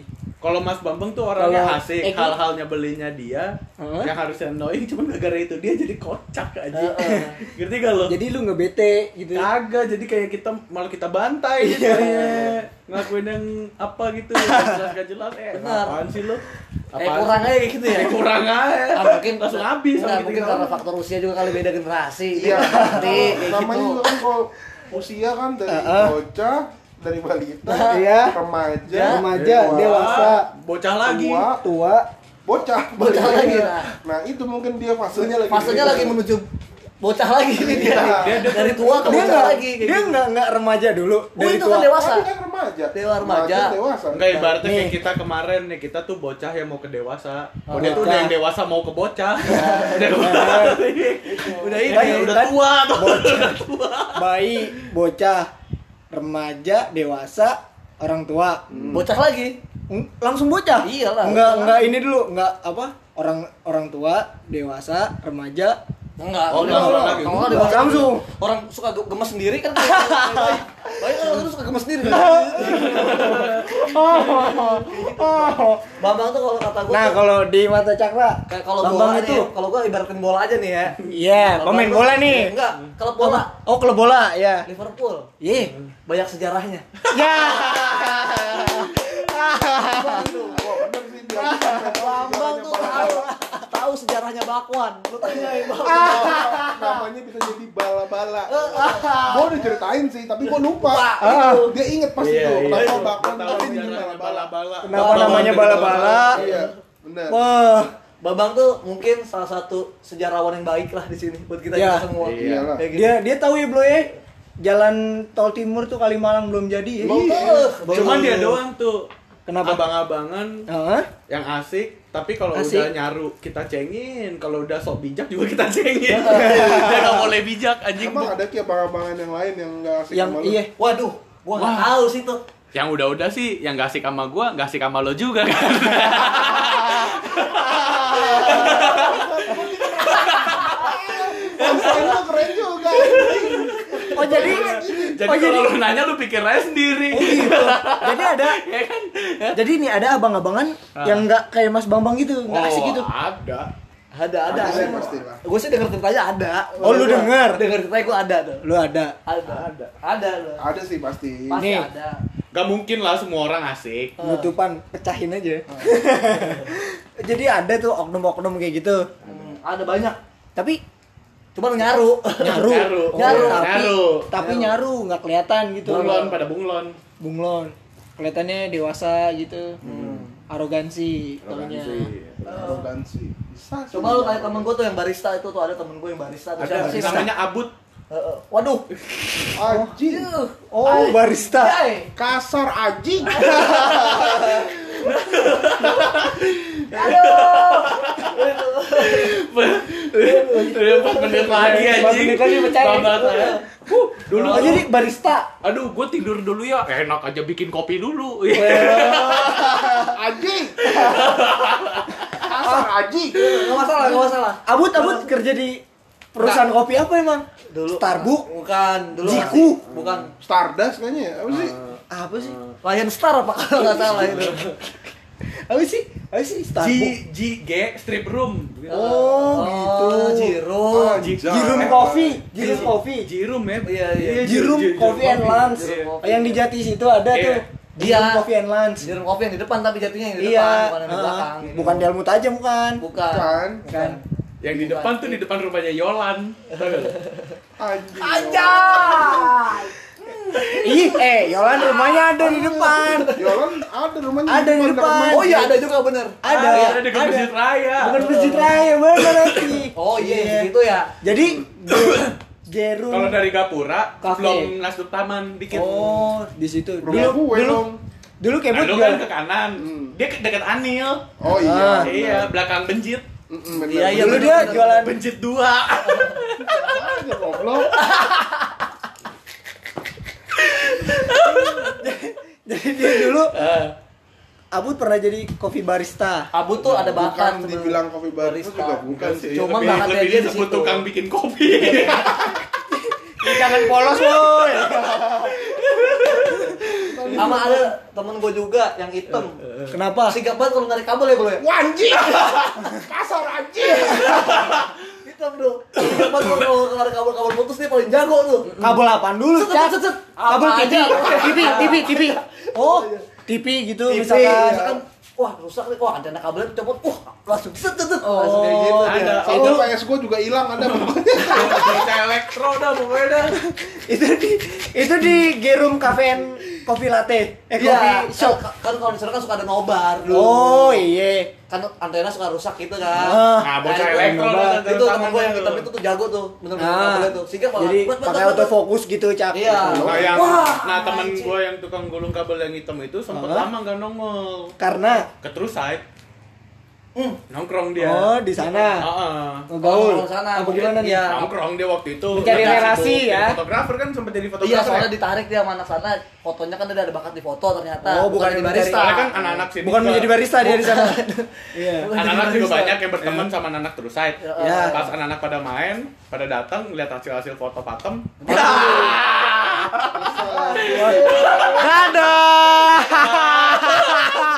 Kalau Mas Bambang tuh orangnya Kalau asik, Eki? hal-hal nyebelinya dia Heeh. yang harusnya annoying cuman gara-gara itu dia jadi kocak aja. Heeh. Ngerti gak lo? Jadi lu nggak bete gitu. Kagak, jadi kayak kita malah kita bantai gitu Iya. kayak ngelakuin yang apa gitu yang gak jelas gak jelas eh Benar. apaan sih lo? Eh kurang aja kayak gitu ya. Eh, kurang aja. Ah, mungkin langsung habis Enggak, sama mungkin kita. karena faktor usia juga kali beda generasi. Iya. Nanti kayak Namanya gitu. juga kan kalau usia kan dari Heeh. bocah, dari balita, Iya. remaja, Remaja, dewasa, Bocah lagi. tua, tua. bocah, Bocah lagi, Iya. nah. Nah itu mungkin dia fasenya lagi. Fasenya lagi menuju bocah lagi nih dia. Iya. Dia- dia- Dari tua ke Dia bocah nggak, lagi kayak dia gitu. nggak nggak remaja dulu. Oh, Dari itu tua. kan dewasa. Tapi kan remaja. Dewa remaja. dewasa. Enggak ibaratnya Nih. kayak kita kemarin nih, kita tuh bocah yang mau ke dewasa. Oh, Oh, dia tuh bocah. udah yang dewasa mau ke bocah. udah Udah ini Bayi, udah kan? tua tuh. Udah tua. Bayi, bocah, remaja, dewasa, orang tua. bocah lagi. Eng- Langsung bocah. Iyalah. Enggak enggak ini dulu, enggak apa? Orang orang tua, dewasa, remaja. Enggak, Oh, udah ulang ulang lagi. Kalau ada bahasa Langsung. orang suka ge- gemes sendiri kan. Bayi Bayi kan orang suka gemes sendiri. Bambang tuh kalau kata gua Nah, tuh, kalau di mata Cakra, kayak kalau Bambang bola itu itu, kalau gua ibaratin bola aja nih ya. iya, Kalau pemain Bambang- bola nih. Enggak, kalau bola Oh, klub bola, ya. Liverpool Iya. banyak sejarahnya. Ya. Wah bener sih dia sampai tahu Bambang sejarahnya tuh Bang. tahu tahu sejarahnya bakwan. Lu tanyain Bambang. Namanya bisa jadi bala-bala. Gua udah ceritain sih, tapi gua lupa. Lupa, Ah, itu. dia inget pas Iya, itu. iya. Kenapa Gua bakwan tahu tapi jadi sejarahnya bala-bala. bala-bala. Kenapa Bambang namanya jadi bala-bala? Iya, bener. Wah. Bambang tuh mungkin salah satu sejarawan yang baik lah di sini buat kita Ya. semua. Iyalah. Kayak gitu. Dia dia tahu ya, Bro ya. Jalan tol timur tuh Kalimalang belum jadi ya. Belum tahu. Cuman dia doang tuh. Kenapa? Abang-abangan Heeh. yang asik, tapi kalau Asik. udah nyaru kita cengin, kalau udah sok bijak juga kita cengin. Dia nggak boleh bijak anjing. Emang ada kayak abang-abangan yang lain yang nggak asik Yang sama lu? iya. Waduh, gua nggak Wah. tahu sih tuh. Yang udah-udah sih yang gak asik sama gua, gak asik sama lo juga kan. Punchline lu keren juga. Oh, jadi Jadi oh, kalau lu nanya lu pikir aja sendiri. Oh, gitu. Jadi ada Ya kan? jadi nih ada abang-abangan Ah. yang nggak kayak Mas Bambang gitu, nggak asik gitu. Ada. Ada, ada. Ada sih, pastilah. Gue sih denger ceritanya ada. Oh, lu denger? Denger ceritanya gue ada tuh. Lu ada. Ada. Ada. Ada. loh. Ada sih pasti. Pasti Nih. ada. Gak mungkin lah semua orang asik. Penutupan pecahin aja. Jadi ada tuh oknum-oknum kayak gitu. Hmm, ada banyak. Tapi Cuman nyaru. nyaru. Nyaru. Oh, Nyaru. Tapi, Nyaru. tapi nyaru nggak kelihatan gitu. Bunglon pada bunglon. Bunglon. Kelihatannya dewasa gitu. Arogansi taunya. Arogansi. Bisa sih. Coba lu tanya temen gue tuh yang barista itu tuh ada temen gue yang barista. tuh. Ada Siapa sih? namanya Abut. Heeh. Waduh. Anjing. Yuh. Oh, Ay. barista. Ay. Kasar anjing. Udah empat menit lagi Empat anjing. menit lagi pecahin. Banget ya. Huh, dulu Oh, jadi barista. aduh, gue tidur dulu ya. Enak aja bikin kopi dulu. Anjing. Kasar anjing. Gak masalah, gak masalah. Abut abut kerja di perusahaan kopi apa emang? Dulu Starbucks. bukan, dulu Jiku. masih- bukan. Stardust kayaknya ya. Apa sih? Apa sih? Lion Star apa kalau nggak salah itu. Apa sih? Apa sih G Starbucks? G G strip room. Oh, gitu. Oh, Jirum. Anjay. Jirum Coffee, Jirum Coffee. Jirum ya. Iya, iya. Jirum Jirum Coffee and Lunch. Iya. Oh, yang di Jati situ ada Iya. tuh. Dia Jirum Coffee and Lunch. Jirum Coffee yang di depan tapi jatuhnya yang di Iya. depan, bukan yang di ah, belakang. bukan di Almut aja bukan. Bukan. Kan. Kan. Yang di depan tuh di depan rumahnya Yolan. Tahu nggak lu? Anjing. Anjay. Ih, eh, Yolan rumahnya ada di depan. Yolan ada rumahnya Ada di depan. Oh iya ada juga bener. Ada. Ah, ada di Masjid Raya. Bukan masjid raya, bener nanti. Oh iya di situ ya. Jadi J- Jerum. Kalau dari Gapura Kafe. belum masuk taman dikit. Oh, di situ. Rumah Dulu gue dulu dong. dulu kayak Nah, lu buat kan jual- ke kanan. Hmm. Dia ke dekat Anil. Oh iya. Ah. Iya, belakang Benjit. Mm-mm, bener. Iya, iya, dulu bener, dia bener. jualan Benjit dua. Aja goblok. jadi dia dulu Eh, Abud pernah jadi kopi barista. Abu tuh ada bakat Bukan sebenarnya. dibilang kopi barista juga bukan sih. Cuma lebih, bakatnya lebih dia di disebut situ. tukang bikin kopi. Jangan polos, woi. Sama ada temen gue juga yang hitam. Kenapa? Sigap banget kalau narik kabel ya bro ya. Wanji. Kasar anjing. Hitam bro. Sigap banget kalau narik kabel-kabel putus dia paling jago tuh. Kabel apaan dulu, Set, Cak? set, set. Kabel Apa T V, aja. T V, T V, T V. Oh, T V gitu T V, misalkan. misalkan wah rusak nih, wah antena kabelnya copot, wah langsung set set set. Oh, Langsung kayak gitu ada. dia. Sama P S gue juga hilang ada pokoknya. Bocah elektro dah pokoknya dah. Itu di itu di Gerum Cafe and Coffee Latte. Eh, Iya, coffee shop. kan, kan kalau di sana kan suka ada nobar dulu. Oh, iya. Kan antena suka rusak gitu kan. Ah. Nah, bocah itu- elektro nobar. dah, itu temen gue yang tuh. hitam itu tuh jago tuh, bener-bener Ah. kabelnya tuh. Sehingga kalau Jadi buat- buat- pakai buat- autofokus gitu, Cak. Iya. Nah, yang, Wah, nah temen anjing. gue yang tukang gulung kabel yang hitam itu sempet Hah? lama nggak nongol. Karena Ke True Sight. Hmm. Nongkrong dia. oh, di sana. Heeh. Ngegaul. Oh, sana, Apa gimana nih? iya. Nongkrong dia waktu itu. Mencari Dia relasi sibuk ya. jadi fotografer kan sempat jadi Iya, fotografer. soalnya ya? ditarik dia sama anak sana. Fotonya kan dia ada bakat di foto ternyata. Oh, bukan jadi mencari- barista. Soalnya kan anak-anak sini Bukan juga- menjadi barista dia di sana. Iya. Bukan anak-anak jadi juga barista. banyak yang berteman sama anak-anak True Sight. Ya. Pas anak-anak pada main, pada datang lihat hasil-hasil foto patem. Dadah.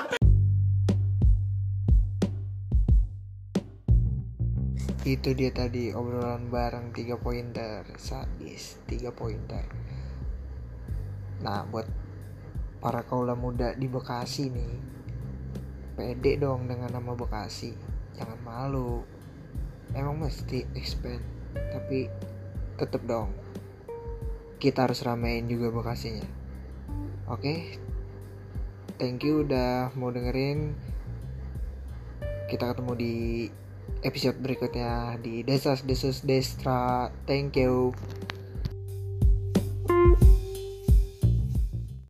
Itu dia tadi obrolan bareng tiga pointer, sadis tiga pointer. Nah, buat para kaula muda di Bekasi nih, pede dong dengan nama Bekasi, jangan malu. Emang mesti expand, tapi tetep dong kita harus ramein juga Bekasinya. Oke, thank you udah mau dengerin. Kita ketemu di episode berikutnya di Desas Desus Destra. Thank you.